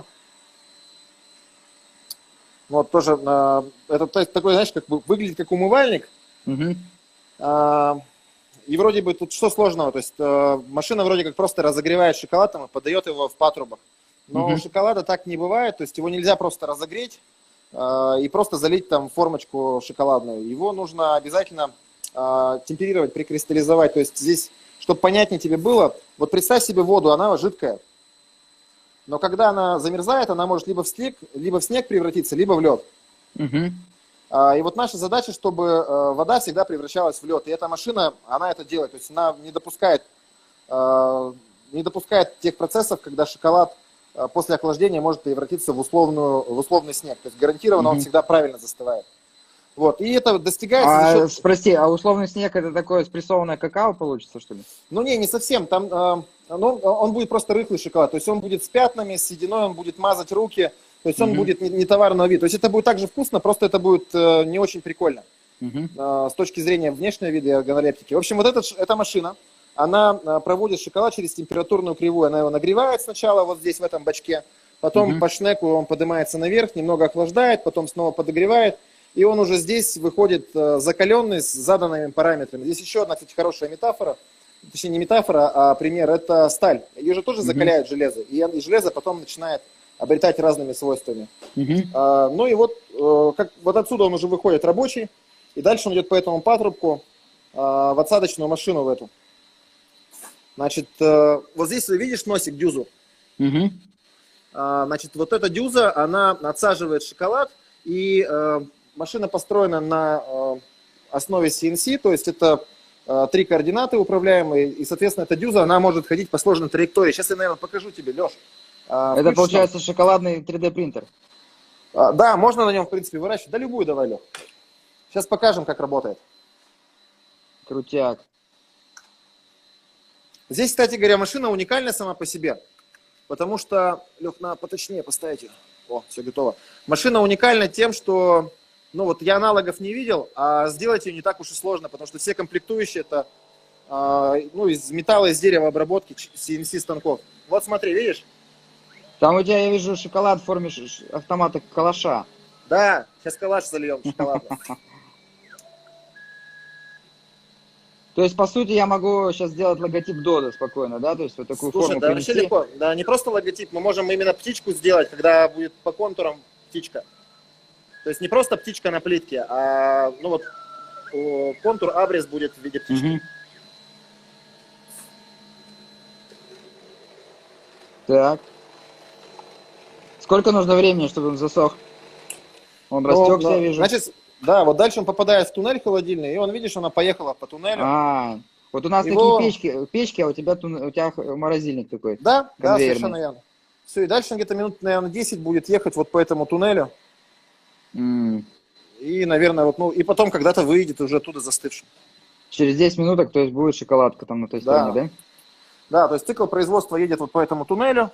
Вот тоже, э, это такой, знаешь, как бы выглядит как умывальник. Угу. Э, И вроде бы тут что сложного, то есть э, машина вроде как просто разогревает шоколад там, и подает его в патрубок. Но mm-hmm. у шоколада так не бывает, то есть его нельзя просто разогреть э, и просто залить там формочку шоколадную. Его нужно обязательно э, темперировать, прикристаллизовать. То есть здесь, чтобы понятнее тебе было, вот представь себе воду, она жидкая. Но когда она замерзает, она может либо в снег, либо в снег превратиться, либо в лед. Mm-hmm. И вот наша задача, чтобы вода всегда превращалась в лед. И эта машина, она это делает. То есть она не допускает, не допускает тех процессов, когда шоколад после охлаждения может превратиться в, условную, в условный снег. То есть гарантированно mm-hmm. он всегда правильно застывает. Вот. И это достигается а, за счет... Прости, а условный снег это такое спрессованное какао получится, что ли? Ну не, не совсем. Там, ну, он будет просто рыхлый шоколад. То есть он будет с пятнами, с сединой, он будет мазать руки. То есть он mm-hmm. будет не, не товарного вида. То есть это будет также вкусно, просто это будет э, не очень прикольно mm-hmm. э, с точки зрения внешнего вида и органолептики. В общем, вот эта, эта машина, она э, проводит шоколад через температурную кривую. Она его нагревает сначала вот здесь, в этом бачке. Потом mm-hmm. по шнеку он поднимается наверх, немного охлаждает, потом снова подогревает. И он уже здесь выходит э, закаленный с заданными параметрами. Здесь еще одна, кстати, хорошая метафора. Точнее, не метафора, а пример. Это сталь. Ее же тоже mm-hmm. закаляют железо. И, и железо потом начинает обретать разными свойствами. Uh-huh. А, ну и вот, э, как, вот отсюда он уже выходит рабочий, и дальше он идет по этому патрубку а, в отсадочную машину в эту. Значит, э, вот здесь ты видишь носик, дюзу. Uh-huh. А, значит, вот эта дюза, она отсаживает шоколад, и э, машина построена на э, основе си эн си, то есть это э, три координаты управляемые, и, соответственно, эта дюза, она может ходить по сложной траектории. Сейчас я, наверное, покажу тебе, Леш. А, Это получается шоколадный три дэ принтер. А, да, можно на нем, в принципе, выращивать. Да любую давай, Лех. Сейчас покажем, как работает. Крутяк. Здесь, кстати говоря, машина уникальная сама по себе. Потому что, Лех, надо поточнее поставить ее. О, все готово. Машина уникальна тем, что, ну вот я аналогов не видел, а сделать ее не так уж и сложно, потому что все комплектующие это, а, ну, из металла, из дерева обработки си эн си станков. Вот смотри, видишь? Там у тебя, я вижу, шоколад в форме автомата калаша. Да, сейчас калаш зальем шоколадно. То есть, по сути, я могу сейчас сделать логотип Додо спокойно, да? То есть, вот такую Слушай, форму да, принести. вообще легко. Да, не просто логотип, мы можем именно птичку сделать, когда будет по контурам птичка. То есть не просто птичка на плитке, а ну вот контур, абрис будет в виде птички. Угу. Так. Сколько нужно времени, чтобы он засох? Он ну, растекся, я вижу. Значит, да, вот дальше он попадает в туннель холодильный, и он, видишь, она поехала по туннелю. А, вот у нас Его... такие печки, печки, а у тебя, у тебя морозильник такой. Да, да, совершенно верно. Все, и дальше он где-то минут, наверное, десять будет ехать вот по этому туннелю. Mm. И, наверное, вот, ну, и потом когда-то выйдет уже оттуда застывшим. Через десять минуток, то есть будет шоколадка там на той да. стороне, да? Да, то есть цикл производства едет вот по этому туннелю.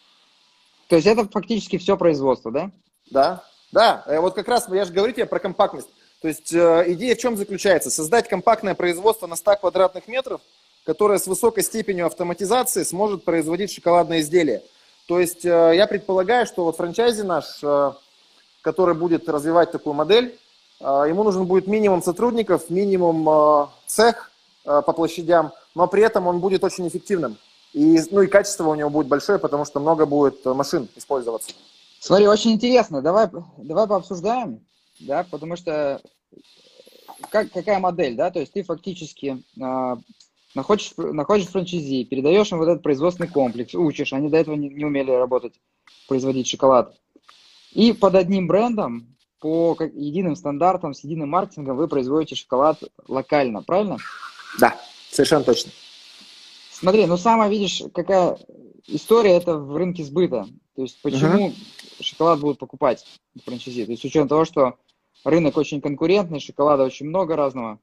То есть это фактически все производство, да? Да, да. Вот как раз я же говорю тебе про компактность. То есть э, идея в чем заключается? Создать компактное производство на ста квадратных метров, которое с высокой степенью автоматизации сможет производить шоколадные изделия. То есть э, я предполагаю, что вот франчайзи наш, э, который будет развивать такую модель, э, ему нужен будет минимум сотрудников, минимум э, цех э, по площадям, но при этом он будет очень эффективным. И, ну и качество у него будет большое, потому что много будет машин использоваться. Смотри, очень интересно. Давай, давай пообсуждаем, да, потому что как, какая модель, да, то есть ты фактически э, находишь, находишь франчайзи, передаешь им вот этот производственный комплекс, учишь, они до этого не, не умели работать, производить шоколад. И под одним брендом, по как, единым стандартам, с единым маркетингом вы производите шоколад локально, правильно? Да, совершенно точно. Смотри, ну самая, видишь, какая история, это в рынке сбыта. То есть почему uh-huh. шоколад будут покупать франчайзи? То есть с учетом того, что рынок очень конкурентный, шоколада очень много разного.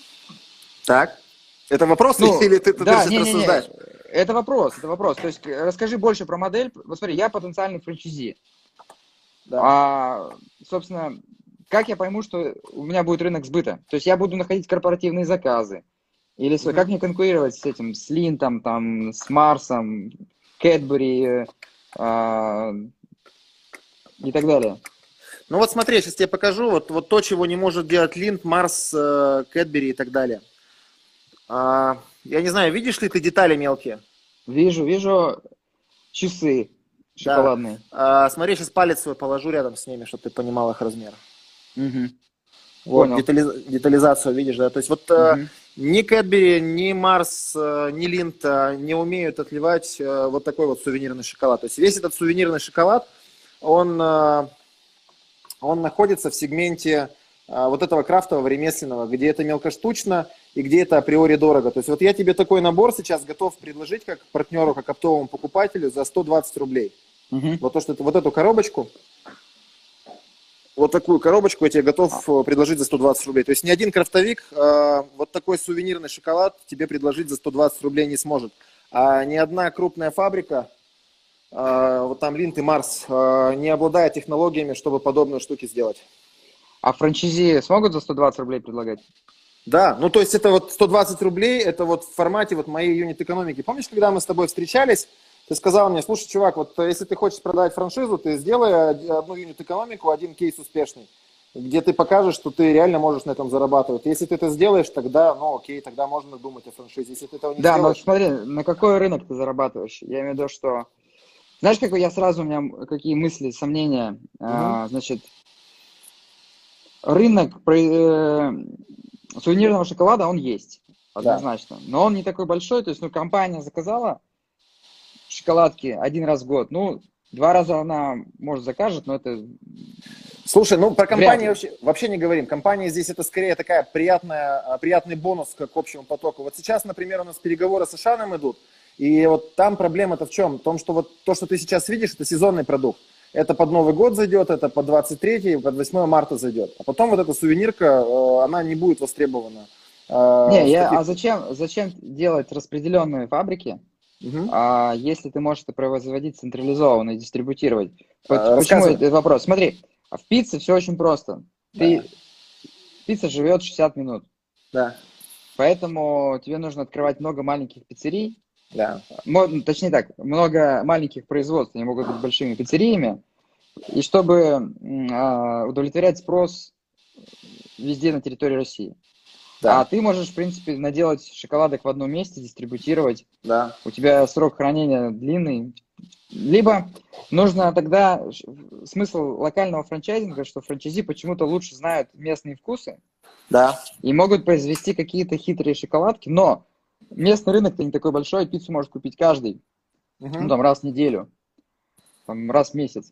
Так, это вопрос ну, или ты, ты, да, ты не, сейчас рассуждаешь? Не, не. Это вопрос, это вопрос. То есть расскажи больше про модель. Вот смотри, я потенциальный франчайзи. Да. А, собственно, как я пойму, что у меня будет рынок сбыта? То есть я буду находить корпоративные заказы. Или mm-hmm. как мне конкурировать с этим, с Линтом, там, с Марсом, Кэтбери а, и так далее? Ну вот смотри, сейчас тебе покажу вот, вот то, чего не может делать Линд, Марс, Кэтбери и так далее. А, я не знаю, видишь ли ты детали мелкие? Вижу, вижу часы шоколадные. Да. А, смотри, сейчас палец свой положу рядом с ними, чтобы ты понимал их размер. Угу. Вот, детализ... детализацию видишь, да? То есть вот угу. ни Кэтбери, ни Марс, ни Линд не умеют отливать вот такой вот сувенирный шоколад. То есть весь этот сувенирный шоколад, он, он находится в сегменте вот этого крафтового, ремесленного, где это мелкоштучно и где это априори дорого. То есть вот я тебе такой набор сейчас готов предложить как партнеру, как оптовому покупателю за сто двадцать рублей. Угу. Вот, то, что это, вот эту коробочку, вот такую коробочку я тебе готов предложить за сто двадцать рублей. То есть ни один крафтовик э, вот такой сувенирный шоколад тебе предложить за сто двадцать рублей не сможет. А ни одна крупная фабрика, э, вот там Линд и Марс, э, не обладает технологиями, чтобы подобные штуки сделать. А франчайзи смогут за сто двадцать рублей предлагать? Да, ну то есть это вот сто двадцать рублей, это вот в формате вот моей юнит-экономики. Помнишь, когда мы с тобой встречались, ты сказал мне, слушай, чувак, вот если ты хочешь продать франшизу, ты сделай одну юнит-экономику, один кейс успешный, где ты покажешь, что ты реально можешь на этом зарабатывать. Если ты это сделаешь, тогда, ну окей, тогда можно думать о франшизе. Если ты этого не да, сделаешь... Да, но смотри, на какой рынок ты зарабатываешь? Я имею в виду, что... Знаешь, как я сразу, у меня какие мысли, сомнения? Угу. А, значит, рынок э, сувенирного шоколада, он есть, однозначно. Да. Но он не такой большой, то есть, ну, компания заказала шоколадки один раз в год. Ну, два раза она, может, закажет, но это... Слушай, ну, про компанию вообще, вообще не говорим. Компания здесь это скорее такая приятная, приятный бонус к общему потоку. Вот сейчас, например, у нас переговоры с Ашаном идут, И вот там проблема-то в чем? В том, что вот то, что ты сейчас видишь, это сезонный продукт. Это под Новый год зайдет, это под двадцать третий, под восьмое марта зайдет. А потом вот эта сувенирка, она не будет востребована. Не, я, а зачем, зачем делать распределенные фабрики, Угу. а если ты можешь это производить централизованно и дистрибутировать? А, Почему этот вопрос? Смотри, в пицце все очень просто. Ты, да. Пицца живет шестьдесят минут. Да. Поэтому тебе нужно открывать много маленьких пиццерий. Да. Точнее так, много маленьких производств, они могут быть большими пиццериями. И чтобы э, удовлетворять спрос везде на территории России. Да. А ты можешь, в принципе, наделать шоколадок в одном месте, дистрибутировать. Да. У тебя срок хранения длинный. Либо нужно тогда смысл локального франчайзинга, что франчайзи почему-то лучше знают местные вкусы. Да. И могут произвести какие-то хитрые шоколадки, но местный рынок-то не такой большой, пиццу может купить каждый. Угу. Ну, там раз в неделю, там, раз в месяц.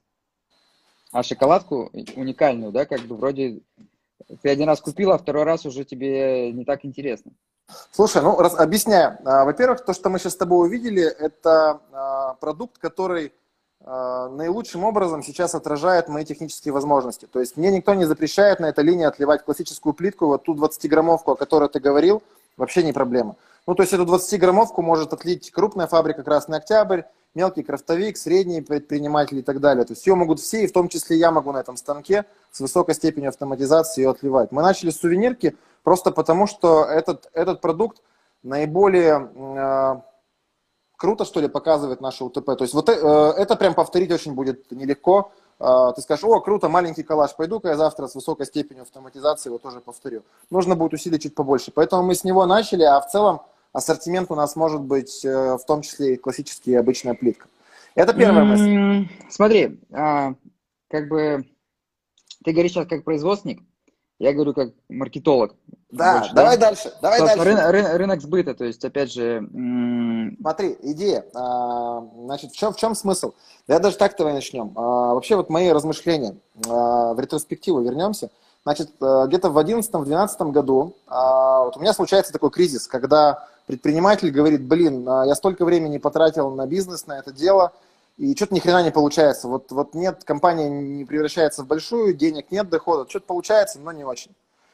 А шоколадку уникальную, да, как бы вроде ты один раз купил, а второй раз уже тебе не так интересно. Слушай, ну, раз, объясняю. Во-первых, то, что мы сейчас с тобой увидели, это а, продукт, который а, наилучшим образом сейчас отражает мои технические возможности. То есть мне никто не запрещает на этой линии отливать классическую плитку, вот ту двадцатиграммовку, о которой ты говорил, вообще не проблема. Ну, то есть эту двадцатиграммовку может отлить крупная фабрика «Красный Октябрь», мелкий крафтовик, средний предприниматель и так далее. То есть ее могут все, и в том числе я могу на этом станке с высокой степенью автоматизации ее отливать. Мы начали с сувенирки просто потому, что этот, этот продукт наиболее э, круто, что ли, показывает наше УТП. То есть вот э, это прям повторить очень будет нелегко. Э, ты скажешь: о, круто, маленький коллаж, пойду-ка я завтра с высокой степенью автоматизации его тоже повторю. Нужно будет усилить чуть побольше. Поэтому мы с него начали, а в целом ассортимент у нас может быть в том числе и классическая и обычная плитка. Это первая мысль. Смотри, а, как бы ты говоришь сейчас как производственник, я говорю как маркетолог. Да, больше, давай да? дальше. Давай дальше. Рынок, рынок, рынок сбыта, то есть, опять же... Смотри, идея. А, значит, в чем, в чем смысл? Я даже так давай начнем. А, вообще вот мои размышления. А, в ретроспективу вернемся. Значит, где-то в одиннадцатом-двенадцатом году а, вот у меня случается такой кризис, когда предприниматель говорит: блин, я столько времени потратил на бизнес, на это дело, и что-то ни хрена не получается. Вот, вот нет, компания не превращается в большую, денег нет, дохода, что-то получается, но не очень.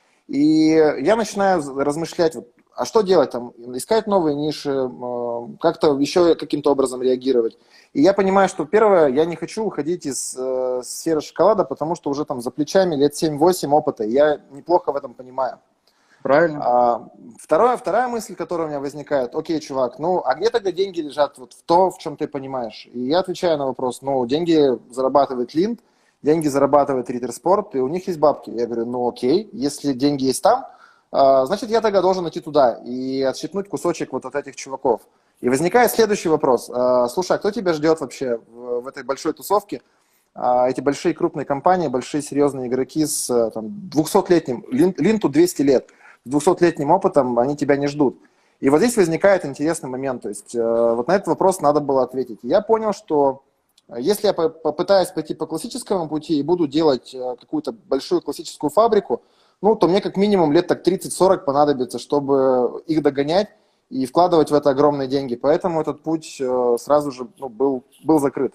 И я начинаю размышлять, вот, а что делать там, искать новые ниши, как-то еще каким-то образом реагировать. И я понимаю, что первое, я не хочу уходить из э, сферы шоколада, потому что уже там за плечами лет семь-восемь опыта, и я неплохо в этом понимаю. Правильно. А, второе, вторая мысль, которая у меня возникает: окей, чувак, ну а где тогда деньги лежат вот в то, в чем ты понимаешь? И я отвечаю на вопрос: ну, деньги зарабатывает Линд, деньги зарабатывает Риттер Спорт, и у них есть бабки. Я говорю: ну окей, если деньги есть там, а, значит, я тогда должен идти туда и отщипнуть кусочек вот от этих чуваков. И возникает следующий вопрос: а, слушай, а кто тебя ждет вообще в, в этой большой тусовке? А, эти большие крупные компании, большие серьезные игроки с там, двухсотлетним, Линту двести лет, с двухсотлетним опытом, они тебя не ждут. И вот здесь возникает интересный момент. То есть э, вот на этот вопрос надо было ответить. И я понял, что если я попытаюсь пойти по классическому пути и буду делать э, какую-то большую классическую фабрику, ну, то мне как минимум лет так тридцать-сорок понадобится, чтобы их догонять и вкладывать в это огромные деньги. Поэтому этот путь э, сразу же ну, был, был закрыт.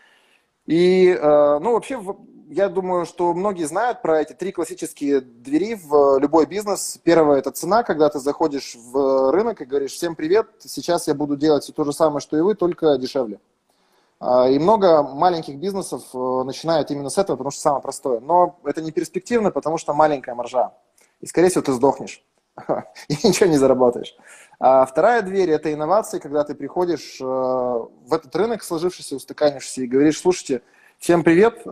И, э, ну, вообще... Я думаю, что многие знают про эти три классические двери в любой бизнес. Первое – это цена, когда ты заходишь в рынок и говоришь: всем привет, сейчас я буду делать все то же самое, что и вы, только дешевле. И много маленьких бизнесов начинают именно с этого, потому что самое простое. Но это не перспективно, потому что маленькая маржа. И, скорее всего, ты сдохнешь и ничего не заработаешь. А вторая дверь – это инновации, когда ты приходишь в этот рынок, сложившийся, устаканившийся, и говоришь: слушайте, всем привет,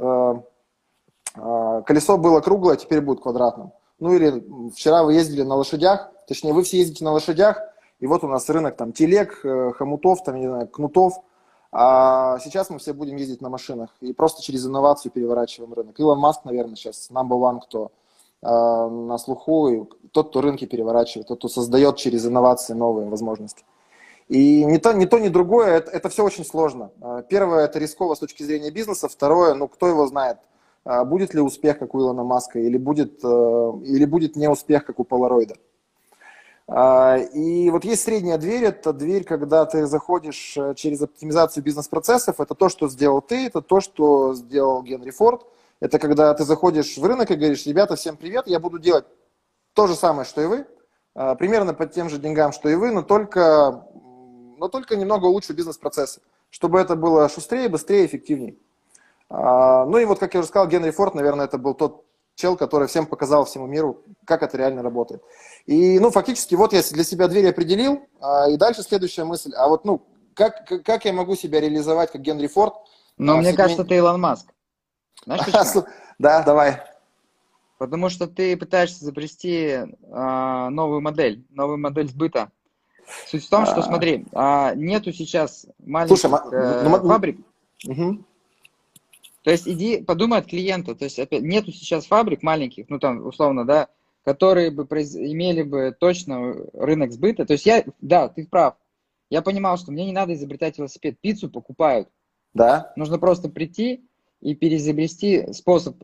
колесо было круглое, теперь будет квадратным. Ну или вчера вы ездили на лошадях, точнее вы все ездите на лошадях, и вот у нас рынок там телег, хомутов, там, не знаю, кнутов, а сейчас мы все будем ездить на машинах и просто через инновацию переворачиваем рынок. Илон Маск, наверное, сейчас number one, кто э, на слуху, и тот, кто рынки переворачивает, тот, кто создает через инновации новые возможности. И ни то, ни то, ни другое, это, это все очень сложно. Первое, это рисково с точки зрения бизнеса, второе, ну кто его знает. Будет ли успех, как у Илона Маска, или будет, или будет неуспех, как у Полароида. И вот есть средняя дверь, это дверь, когда ты заходишь через оптимизацию бизнес-процессов, это то, что сделал ты, это то, что сделал Генри Форд, это когда ты заходишь в рынок и говоришь: ребята, всем привет, я буду делать то же самое, что и вы, примерно под тем же деньгам, что и вы, но только, но только немного лучше бизнес-процессы, чтобы это было шустрее, быстрее, эффективнее. Ну и вот, как я уже сказал, Генри Форд, наверное, это был тот чел, который всем показал, всему миру, как это реально работает. И, ну, фактически, вот я для себя дверь определил, и дальше следующая мысль. А вот, ну, как, как я могу себя реализовать, как Генри Форд? Но мне кажется, ты Илон Маск. Знаешь почему? Да, давай. Потому что ты пытаешься изобрести а, новую модель, новую модель сбыта. Суть в том, что, смотри, а, нету сейчас маленьких Слушай, э, ну, фабрик. Угу. То есть иди, подумай от клиента. То есть опять нету сейчас фабрик маленьких, ну там условно, да, которые бы произ... имели бы точно рынок сбыта. То есть я, да, ты прав. Я понимал, что мне не надо изобретать велосипед, пиццу покупают. Да. Нужно просто прийти и переизобрести способ,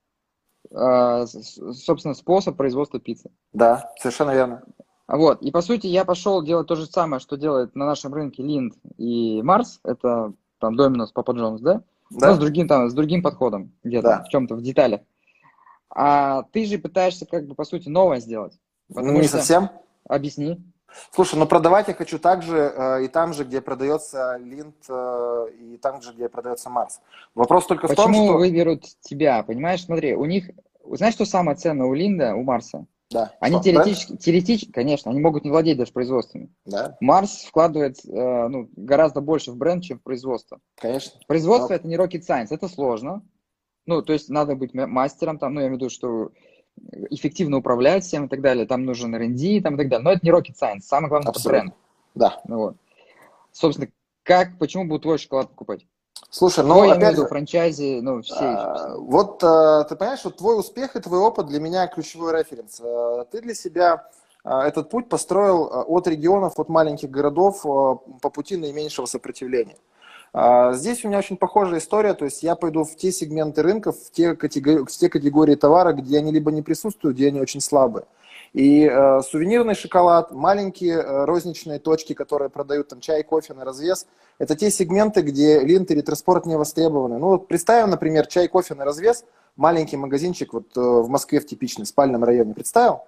э, собственно, способ производства пиццы. Да, совершенно верно. Вот, и по сути я пошел делать то же самое, что делает на нашем рынке Lind и Mars, это там Domino's, Papa John's, да? Да. Но с другим, там, с другим подходом, где-то, да. в чем-то, в деталях. А ты же пытаешься, как бы, по сути, новое сделать. Не что... совсем. Объясни. Слушай, ну продавать я хочу так же, э, и там же, где продается Lind, э, и там же, где продается Mars. Вопрос только Почему в том, что... Почему выберут тебя, понимаешь? Смотри, у них... Знаешь, что самое ценное у Линда, у Марса? Да. Они теоретически, теоретически, конечно, они могут не владеть даже производствами. Да. Марс вкладывает э, ну, гораздо больше в бренд, чем в производство. Конечно. Производство Но... это не rocket science, это сложно. Ну, то есть надо быть мастером, там, ну, я имею в виду, что эффективно управлять всем и так далее. Там нужен эр энд ди там, и так далее. Но это не rocket science, самое главное Абсолютно. это бренд. Да. Ну, вот. Собственно, как, почему будут твой шоколад покупать? Слушай, ну, твой, опять я имею в виду, же, франчайзи, ну, все. А, вот а, ты понимаешь, вот твой успех и твой опыт для меня ключевой референс. А, ты для себя а, этот путь построил от регионов, от маленьких городов а, по пути наименьшего сопротивления. А, здесь у меня очень похожая история, то есть я пойду в те сегменты рынков, в те категории, в те категории товара, где они либо не присутствуют, где они очень слабые. И э, сувенирный шоколад, маленькие э, розничные точки, которые продают там чай, кофе на развес, это те сегменты, где Lind и Ритроспорт не востребованы. Ну вот представим, например, чай, кофе на развес, маленький магазинчик вот э, в Москве в типичном спальном районе, представил?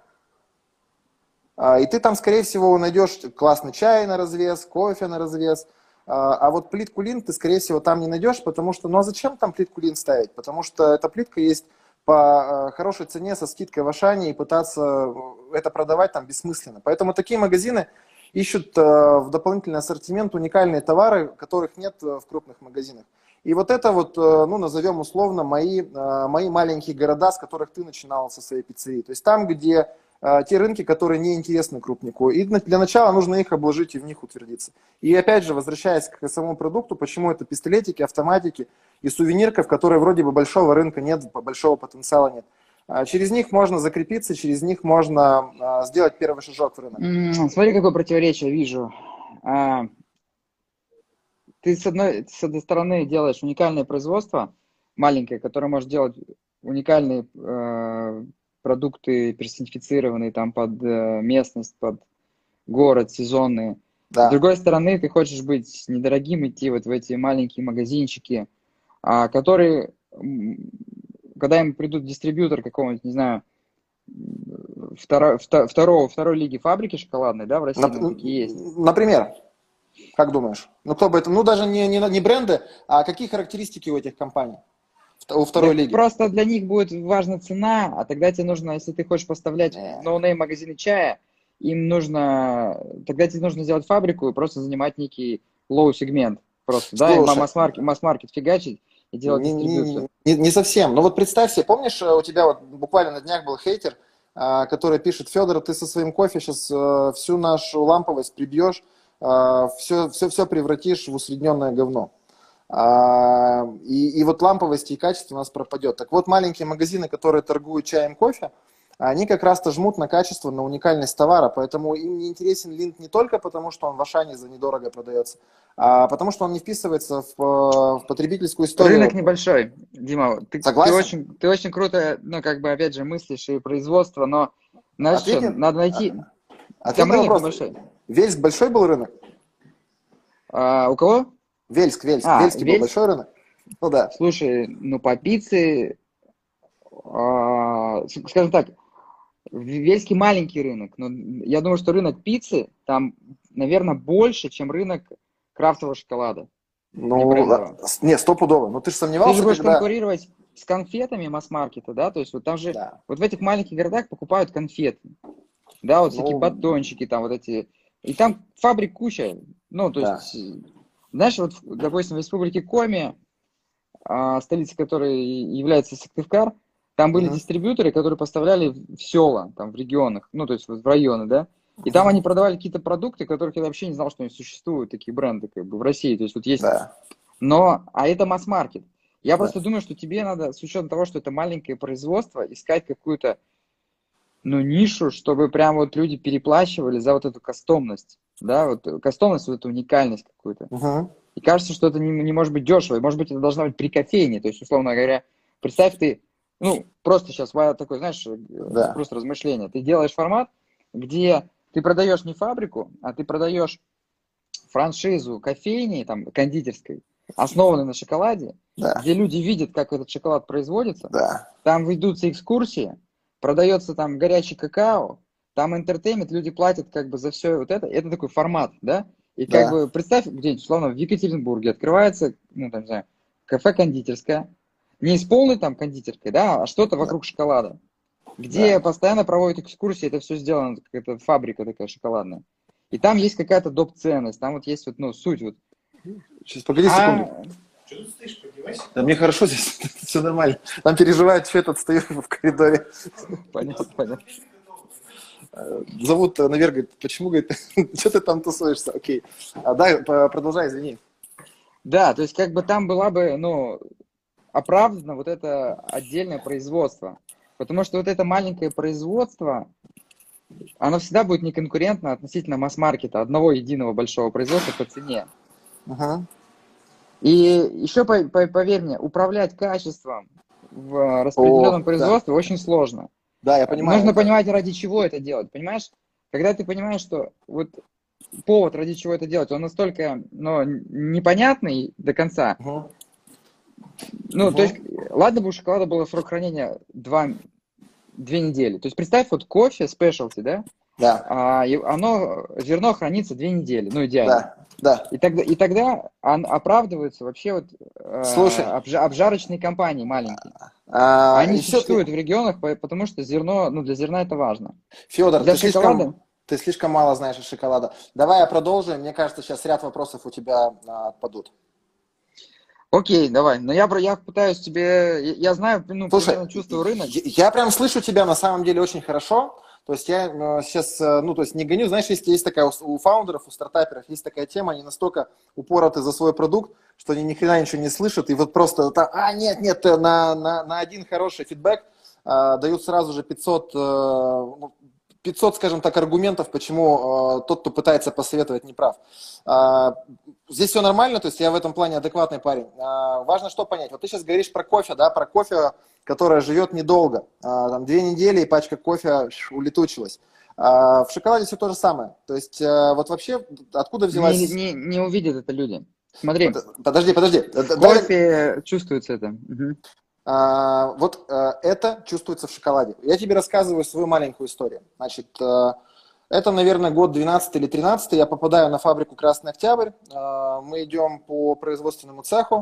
А, и ты там, скорее всего, найдешь классный чай на развес, кофе на развес, а, а вот плитку Lind ты, скорее всего, там не найдешь, потому что, ну а зачем там плитку Lind ставить? Потому что эта плитка есть по хорошей цене со скидкой в Ашане, и пытаться это продавать там бессмысленно. Поэтому такие магазины ищут в дополнительный ассортимент уникальные товары, которых нет в крупных магазинах. И вот это вот, ну, назовем условно, мои, мои маленькие города, с которых ты начинал со своей пиццерии. То есть там, где те рынки, которые не интересны крупнику. И для начала нужно их обложить и в них утвердиться. И опять же, возвращаясь к самому продукту, почему это пистолетики, автоматики и сувенирка, в которой вроде бы большого рынка нет, большого потенциала нет. Через них можно закрепиться, через них можно сделать первый шажок в рынок. Смотри, какое противоречие вижу. Ты с одной, с одной стороны делаешь уникальное производство, маленькое, которое может делать уникальные э, продукты, персонифицированные там под э, местность, под город, сезонные. Да. С другой стороны, ты хочешь быть недорогим, идти вот в эти маленькие магазинчики, а, которые, когда им придут дистрибьютор какого-нибудь, не знаю, второ, второго, второй лиги фабрики шоколадной, да, в России Нап- такие есть. Например, как думаешь? Ну, кто бы это, ну, даже не, не, не бренды, а какие характеристики у этих компаний? У второй да лиги. Просто для них будет важна цена, а тогда тебе нужно, если ты хочешь поставлять yeah. ноунейм магазины чая, им нужно, тогда тебе нужно сделать фабрику и просто занимать некий лоу-сегмент. Просто, Слушай, да, и масс-маркет, масс-маркет фигачить и делать не, дистрибьюцию. Не, не, не совсем. Но вот представь себе, помнишь, у тебя вот буквально на днях был хейтер, который пишет: Федор, ты со своим кофе сейчас всю нашу ламповость прибьешь, все, все, все превратишь в усредненное говно. И, и вот ламповость и качество у нас пропадет. Так вот, маленькие магазины, которые торгуют чаем, кофе, они как раз-то жмут на качество, на уникальность товара, поэтому им не интересен Lind не только потому, что он в Ашане за недорого продается, а потому что он не вписывается в, в потребительскую историю. Рынок небольшой, Дима. Ты, Согласен? Ты очень, ты очень круто, ну, как бы, опять же, мыслишь и производство, но, знаешь, что, надо найти... Ответ Там на рынок вопрос. небольшой. Вельск большой был рынок? А, у кого? Вельск, Вельск. А, Вельске был Вельск? большой рынок? Ну да. Слушай, ну по пицце, а, с- скажем так, в Вельске маленький рынок, но я думаю, что рынок пиццы там, наверное, больше, чем рынок крафтового шоколада, не Ну, а, брендового. с- не, стопудово. Но ты же Ты же сомневался, будешь когда... конкурировать с конфетами масс-маркета, да, то есть вот там же, Да. вот в этих маленьких городах покупают конфеты, да, вот всякие Ну, батончики там вот эти, и там фабрик куча, ну, то да. есть, э, знаешь, вот, в- допустим, в республике Коми, а, столицей которой является Сыктывкар, там были Мгм. дистрибьюторы, которые поставляли в села, там, в регионах, ну, то есть вот в районы, да, и там Мгм. они продавали какие-то продукты, которых я вообще не знал, что они существуют, такие бренды, как бы, в России, то есть вот есть, Да. но, а это масс-маркет. Я Да. просто думаю, что тебе надо, с учетом того, что это маленькое производство, искать какую-то, ну, нишу, чтобы прям вот люди переплачивали за вот эту кастомность, да, вот э, кастомность, вот эту уникальность какую-то. Мгм. И кажется, что это не, не может быть дешево, и, может быть, это должно быть при кофейне, то есть, условно говоря, представь ты, ну, просто сейчас такой, знаешь, э, Да. просто размышление, ты делаешь формат, где ты продаешь не фабрику, а ты продаешь франшизу кофейни, там, кондитерской, основанной на шоколаде, Да. где люди видят, как этот шоколад производится, Да. там ведутся экскурсии, продается там горячий какао, там интертеймент, люди платят как бы за все вот это, это такой формат, да, и как Да. бы представь, где-нибудь, условно, в Екатеринбурге открывается, ну, там, не знаю, кафе-кондитерское, не с полной там кондитеркой, да, а что-то Да. вокруг шоколада, где Да. постоянно проводят экскурсии, это все сделано, как это фабрика такая шоколадная. И там есть какая-то доп. Ценность, там вот есть вот, ну, суть вот. Сейчас, погоди секунду. А, Что ты стоишь, подевайся? Да мне хорошо здесь, все нормально. Там переживает, что этот стою в коридоре. понятно, понятно. Зовут, наверх, говорит, почему, говорит, что ты там тусуешься? Окей. А, да, п- продолжай, извини. Да, то есть как бы там была бы, ну, оправдано вот это отдельное производство. Потому что вот это маленькое производство, оно всегда будет неконкурентно относительно масс-маркета, одного единого большого производства по цене. Угу. И еще, по- по- поверь мне, управлять качеством в распределенном О, да. производстве очень сложно. Да, я понимаю. Нужно это- понимать, ради чего это делать, понимаешь? Когда ты понимаешь, что вот повод, ради чего это делать, он настолько, ну, непонятный до конца. Мгм. Ну, Мгм. то есть, ладно бы у шоколада было срок хранения два, две недели. То есть, представь, вот кофе, спешлти, да, Да, а, и оно, зерно хранится две недели, ну, идеально. да, да. И тогда, и тогда он оправдываются вообще вот э, Слушай, обжа- обжарочные компании маленькие. а, Они еще, существуют в регионах, по- потому что зерно, ну, для зерна это важно. Федор, Для ты шоколада? слишком, ты слишком мало знаешь о шоколада. Давай я продолжу. Мне кажется, сейчас ряд вопросов у тебя а, отпадут. Окей, давай. Но я, про- я пытаюсь тебе... Я, я знаю, ну, Слушай, примерно чувствую рынок. я, я прям слышу тебя на самом деле очень хорошо. То есть я э, сейчас, э, ну, то есть не гоню, знаешь, есть, есть такая у, у фаундеров, у стартаперов, есть такая тема, они настолько упороты за свой продукт, что они ни хрена ничего не слышат, и вот просто, там, а, нет, нет, э, на, на, на один хороший фидбэк э, дают сразу же пятьсот, э, ну, пятьсот, скажем так, аргументов, почему э, тот, кто пытается посоветовать, не прав. Э, здесь все нормально, то есть я в этом плане адекватный парень. Э, важно что понять, вот ты сейчас говоришь про кофе, да, про кофе, которая живет недолго. А, там, две недели, и пачка кофе улетучилась. А, в шоколаде все то же самое. То есть, а, вот вообще, откуда взялась... Не, не, не увидят это люди. Смотри, Под- Подожди, подожди. в Дай- кофе чувствуется это. Мгм. А, вот а, это чувствуется в шоколаде. Я тебе рассказываю свою маленькую историю. Значит, а, это, наверное, год двенадцатый или тринадцатый. Я попадаю на фабрику «Красный Октябрь». А, мы идем по производственному цеху.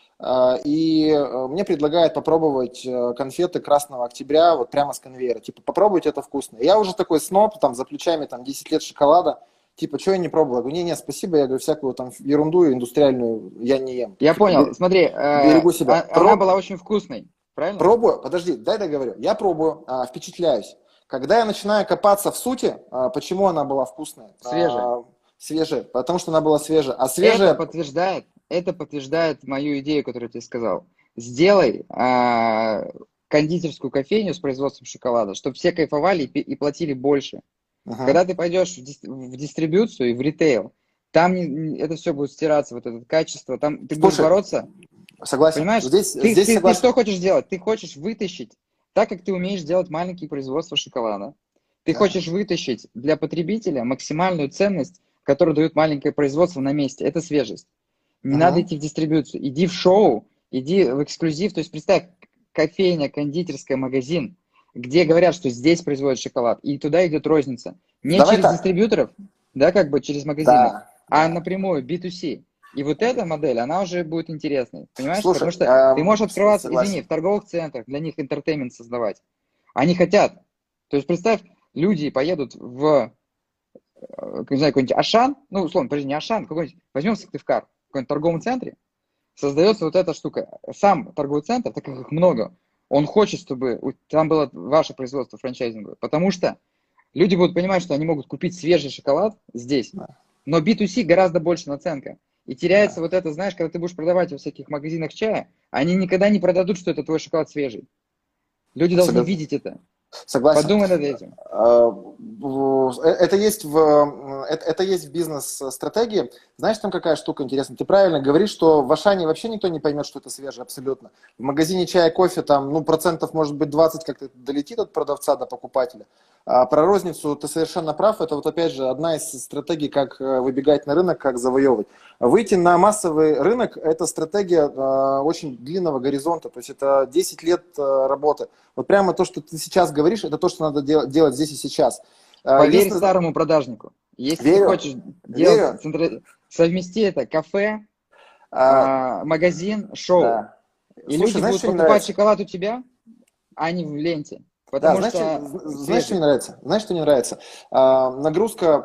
И мне предлагают попробовать конфеты Красного Октября вот прямо с конвейера. Типа, попробуйте, это вкусно. Я уже такой сноб, там, за плечами там, десять лет шоколада. Типа, что я не пробовал? Я говорю, не-не, спасибо. Я говорю, всякую там ерунду индустриальную я не ем. Я Типа, понял. бе- Смотри, э, берегу себя. а- она Проб- была очень вкусной, правильно? Пробую, подожди, дай договорю. Я пробую, а, впечатляюсь. Когда я начинаю копаться в сути, а, почему она была вкусная? Свежая. А, свежая, потому что она была свежая. А Это свежая... подтверждает, это подтверждает мою идею, которую я тебе сказал. Сделай а, кондитерскую кофейню с производством шоколада, чтобы все кайфовали и, пи- и платили больше. Мгм. Когда ты пойдешь в, дис- в дистрибьюцию и в ритейл, там не- не- это все будет стираться, вот это качество, там ты будешь Слушай, бороться. Согласен. Понимаешь, Здесь, ты, здесь ты, ты согласен. что хочешь сделать? Ты хочешь вытащить, так как ты умеешь делать маленькие производства шоколада, Ты Да. хочешь вытащить для потребителя максимальную ценность, которую дает маленькое производство на месте. Это свежесть. Не надо Мгм. идти в дистрибьюцию. Иди в шоу, иди в эксклюзив. То есть представь, кофейня, кондитерская, магазин, где говорят, что здесь производят шоколад, и туда идет розница. Не Давай через так. дистрибьюторов, да, как бы через магазины, Да, а да. напрямую би ту си. И вот эта модель, она уже будет интересной, понимаешь? Слушай, Потому что ты можешь эм, с- открываться, извини, согласен. в торговых центрах, для них интертеймент создавать. Они хотят. То есть представь, люди поедут в, э, не знаю, какой-нибудь Ашан, ну, условно, подожди, не Ашан, какой-нибудь, возьмем Сыктывкар, в каком-нибудь торговом центре, создается вот эта штука. Сам торговый центр, так как их много, он хочет, чтобы у- там было ваше производство франчайзинговое, потому что люди будут понимать, что они могут купить свежий шоколад здесь, Да, но би ту си гораздо больше наценка. И теряется да. вот это, знаешь, когда ты будешь продавать во всяких магазинах чая, они никогда не продадут, что это твой шоколад свежий. Люди должны Абсолютно. видеть это. Согласен. Подумай над этим. А, в- э, Это есть в, м, это, это есть в бизнес-стратегии. Знаешь, там какая штука интересная? Ты правильно говоришь, что в Ашане вообще никто не поймет, что это свежее абсолютно. В магазине чая, кофе там, ну, процентов, может быть, двадцать как-то долетит от продавца до покупателя. А про розницу ты совершенно прав. Это вот опять же одна из стратегий, как э, выбегать на рынок, как завоевывать. Выйти на массовый рынок – это стратегия э, очень длинного горизонта. То есть это десять лет э, работы. Вот прямо то, что ты сейчас говоришь, это то, что надо дел- делать здесь и сейчас. А, Поверь Единственное, старому продажнику. Если ты верю, хочешь делать, верю. центра- совмести это кафе, А, а, магазин, шоу. да. И Слушай, люди знаешь, будут что мне покупать нравится? шоколад у тебя, а не в ленте. Да, Потому знаешь, что- что знаешь, что мне свежий. нравится? Знаешь, что мне нравится? А, нагрузка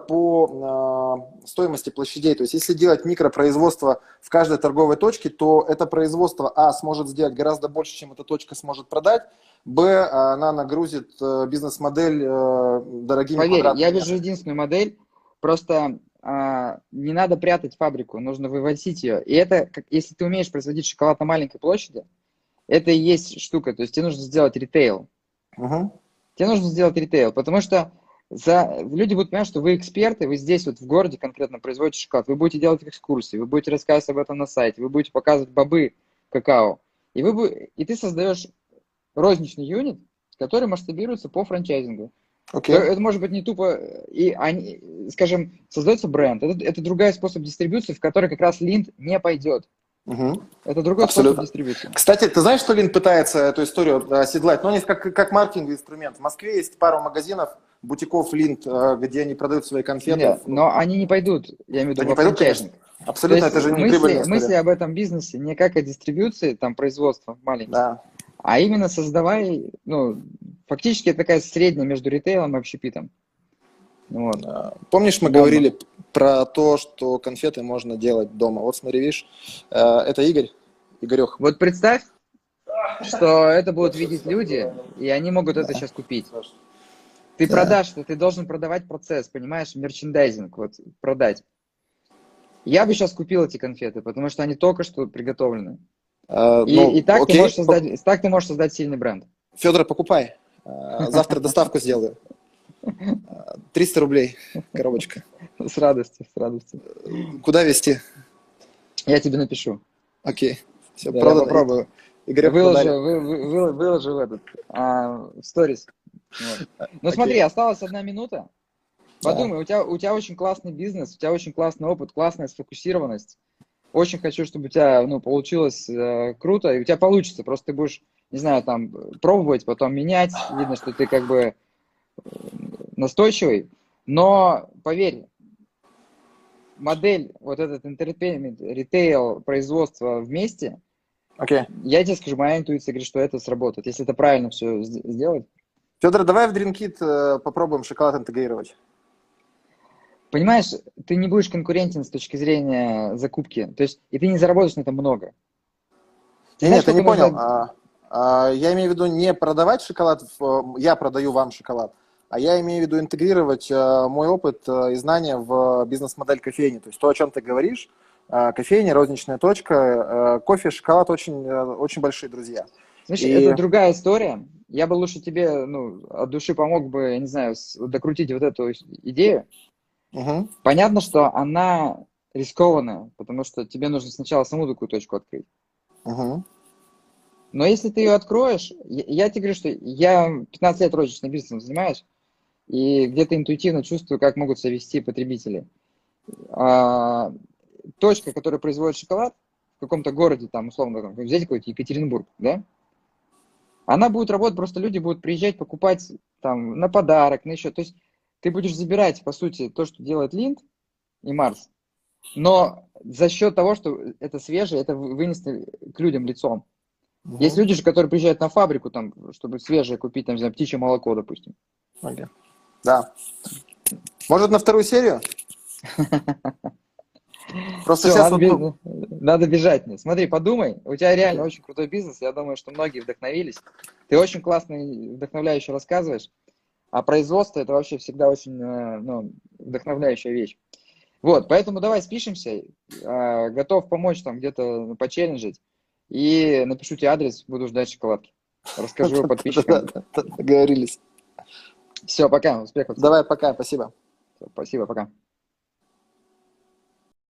по а, стоимости площадей. То есть, если делать микропроизводство в каждой торговой точке, то это производство, а, сможет сделать гораздо больше, чем эта точка сможет продать, б, она нагрузит э, бизнес-модель э, дорогими Поверь, я квадратными вижу метрами. единственную модель, просто а, не надо прятать фабрику, нужно вывозить ее. И это, как, если ты умеешь производить шоколад на маленькой площади, это и есть штука. То есть тебе нужно сделать ритейл. Мгм. Тебе нужно сделать ритейл, потому что за... люди будут понимать, что вы эксперты, вы здесь вот в городе конкретно производите шоколад, вы будете делать экскурсии, вы будете рассказывать об этом на сайте, вы будете показывать бобы какао. И, вы, бу- и ты создаешь розничный юнит, который масштабируется по франчайзингу. То Окей. это может быть не тупо, и они, скажем, создается бренд. Это, это другой способ дистрибуции, в который как раз Линд не пойдет. Мгм. Это другой способ Абсолютно. дистрибуции. Кстати, ты знаешь, что Лин пытается эту историю э, оседлать? Ну, они как, как маркетинговый инструмент. В Москве есть пару магазинов, бутиков Линд, э, где они продают свои конфеты. Нет, в- Ну, но они не пойдут, я имею в виду, они во пойдут, конечно. франчайзинг. То Абсолютно, есть это же не прибыльная мысли, мысли история. об этом бизнесе не как о дистрибуции, там, производства маленьких, Да. а именно создавай, ну, фактически это такая средняя между ритейлом и общепитом. Вот. Э, Помнишь, мы Бомба. говорили про то, что конфеты можно делать дома? Вот смотри, видишь, э, это Игорь, Игорех. Вот представь, что это будут видеть люди, и они могут это сейчас купить. Ты Да. продашь, ты должен продавать процесс, понимаешь, мерчендайзинг, вот, продать. Я бы сейчас купил эти конфеты, потому что они только что приготовлены. Э, И, и Ну, так, ты можешь окей, создать, так ты можешь создать сильный бренд. Федор, покупай. Э, Завтра доставку сделаю. Э, триста рублей коробочка. С радостью, с радостью. Куда везти? Я тебе напишу. Окей, все, Да, я продано. попробую. Игорек Выложу, подарит. вы, вы- вы- выложу в этот, а, в сторис. Вот. Ну Окей. смотри, осталась одна минута. Да. Подумай, у тебя, у тебя очень классный бизнес, у тебя очень классный опыт, классная сфокусированность. Очень хочу, чтобы у тебя, ну, получилось э, круто, и у тебя получится. Просто ты будешь, не знаю, там, пробовать, потом менять. Видно, что ты как бы э, настойчивый. Но поверь, модель, вот этот entertainment, ритейл, производство вместе, Окей. я тебе скажу, моя интуиция говорит, что это сработает. Если это правильно все сделать. Федор, давай в DreamKit э, попробуем шоколад интегрировать. Понимаешь, ты не будешь конкурентен с точки зрения закупки. То есть, и ты не заработаешь на этом много. Ты Не, знаешь, нет, ты не сколько понял. нужно... А, а, я имею в виду не продавать шоколад, в, я продаю вам шоколад, а я имею в виду интегрировать э, мой опыт э, и знания в бизнес-модель кофейни. То есть то, о чем ты говоришь, э, кофейня, розничная точка, э, кофе, шоколад очень, э, очень большие друзья. Знаешь, И... это другая история. Я бы лучше тебе, ну, от души помог бы, я не знаю, с- докрутить вот эту идею. Угу. Понятно, что она рискованная, потому что тебе нужно сначала саму такую точку открыть. Угу. Но если ты ее откроешь, я, я тебе говорю, что я пятнадцать лет розничным бизнесом занимаюсь, и где-то интуитивно чувствую, как могут себя вести потребители. А, точка, которая производит шоколад в каком-то городе, там, условно, там, взять какой-то Екатеринбург, да, она будет работать, просто люди будут приезжать, покупать там на подарок, на еще. То есть ты будешь забирать, по сути, то, что делает Линд и Марс, но за счет того, что это свежее, это вынесли к людям лицом. Угу. Есть люди же, которые приезжают на фабрику, там, чтобы свежее купить, там, не знаю, птичье молоко, допустим. Okay. Да. Может, на вторую серию? Просто Все, сейчас надо, вот... беж... надо бежать. Смотри, подумай, у тебя реально очень крутой бизнес, я думаю, что многие вдохновились. Ты очень классно и вдохновляюще рассказываешь, а производство это вообще всегда очень ну, вдохновляющая вещь. Вот, поэтому давай спишемся, готов помочь там где-то почелленджить, и напишу тебе адрес, буду ждать шоколадки. Расскажу подписчикам. Договорились. Все, пока, успехов. Давай, пока, спасибо. Спасибо, пока.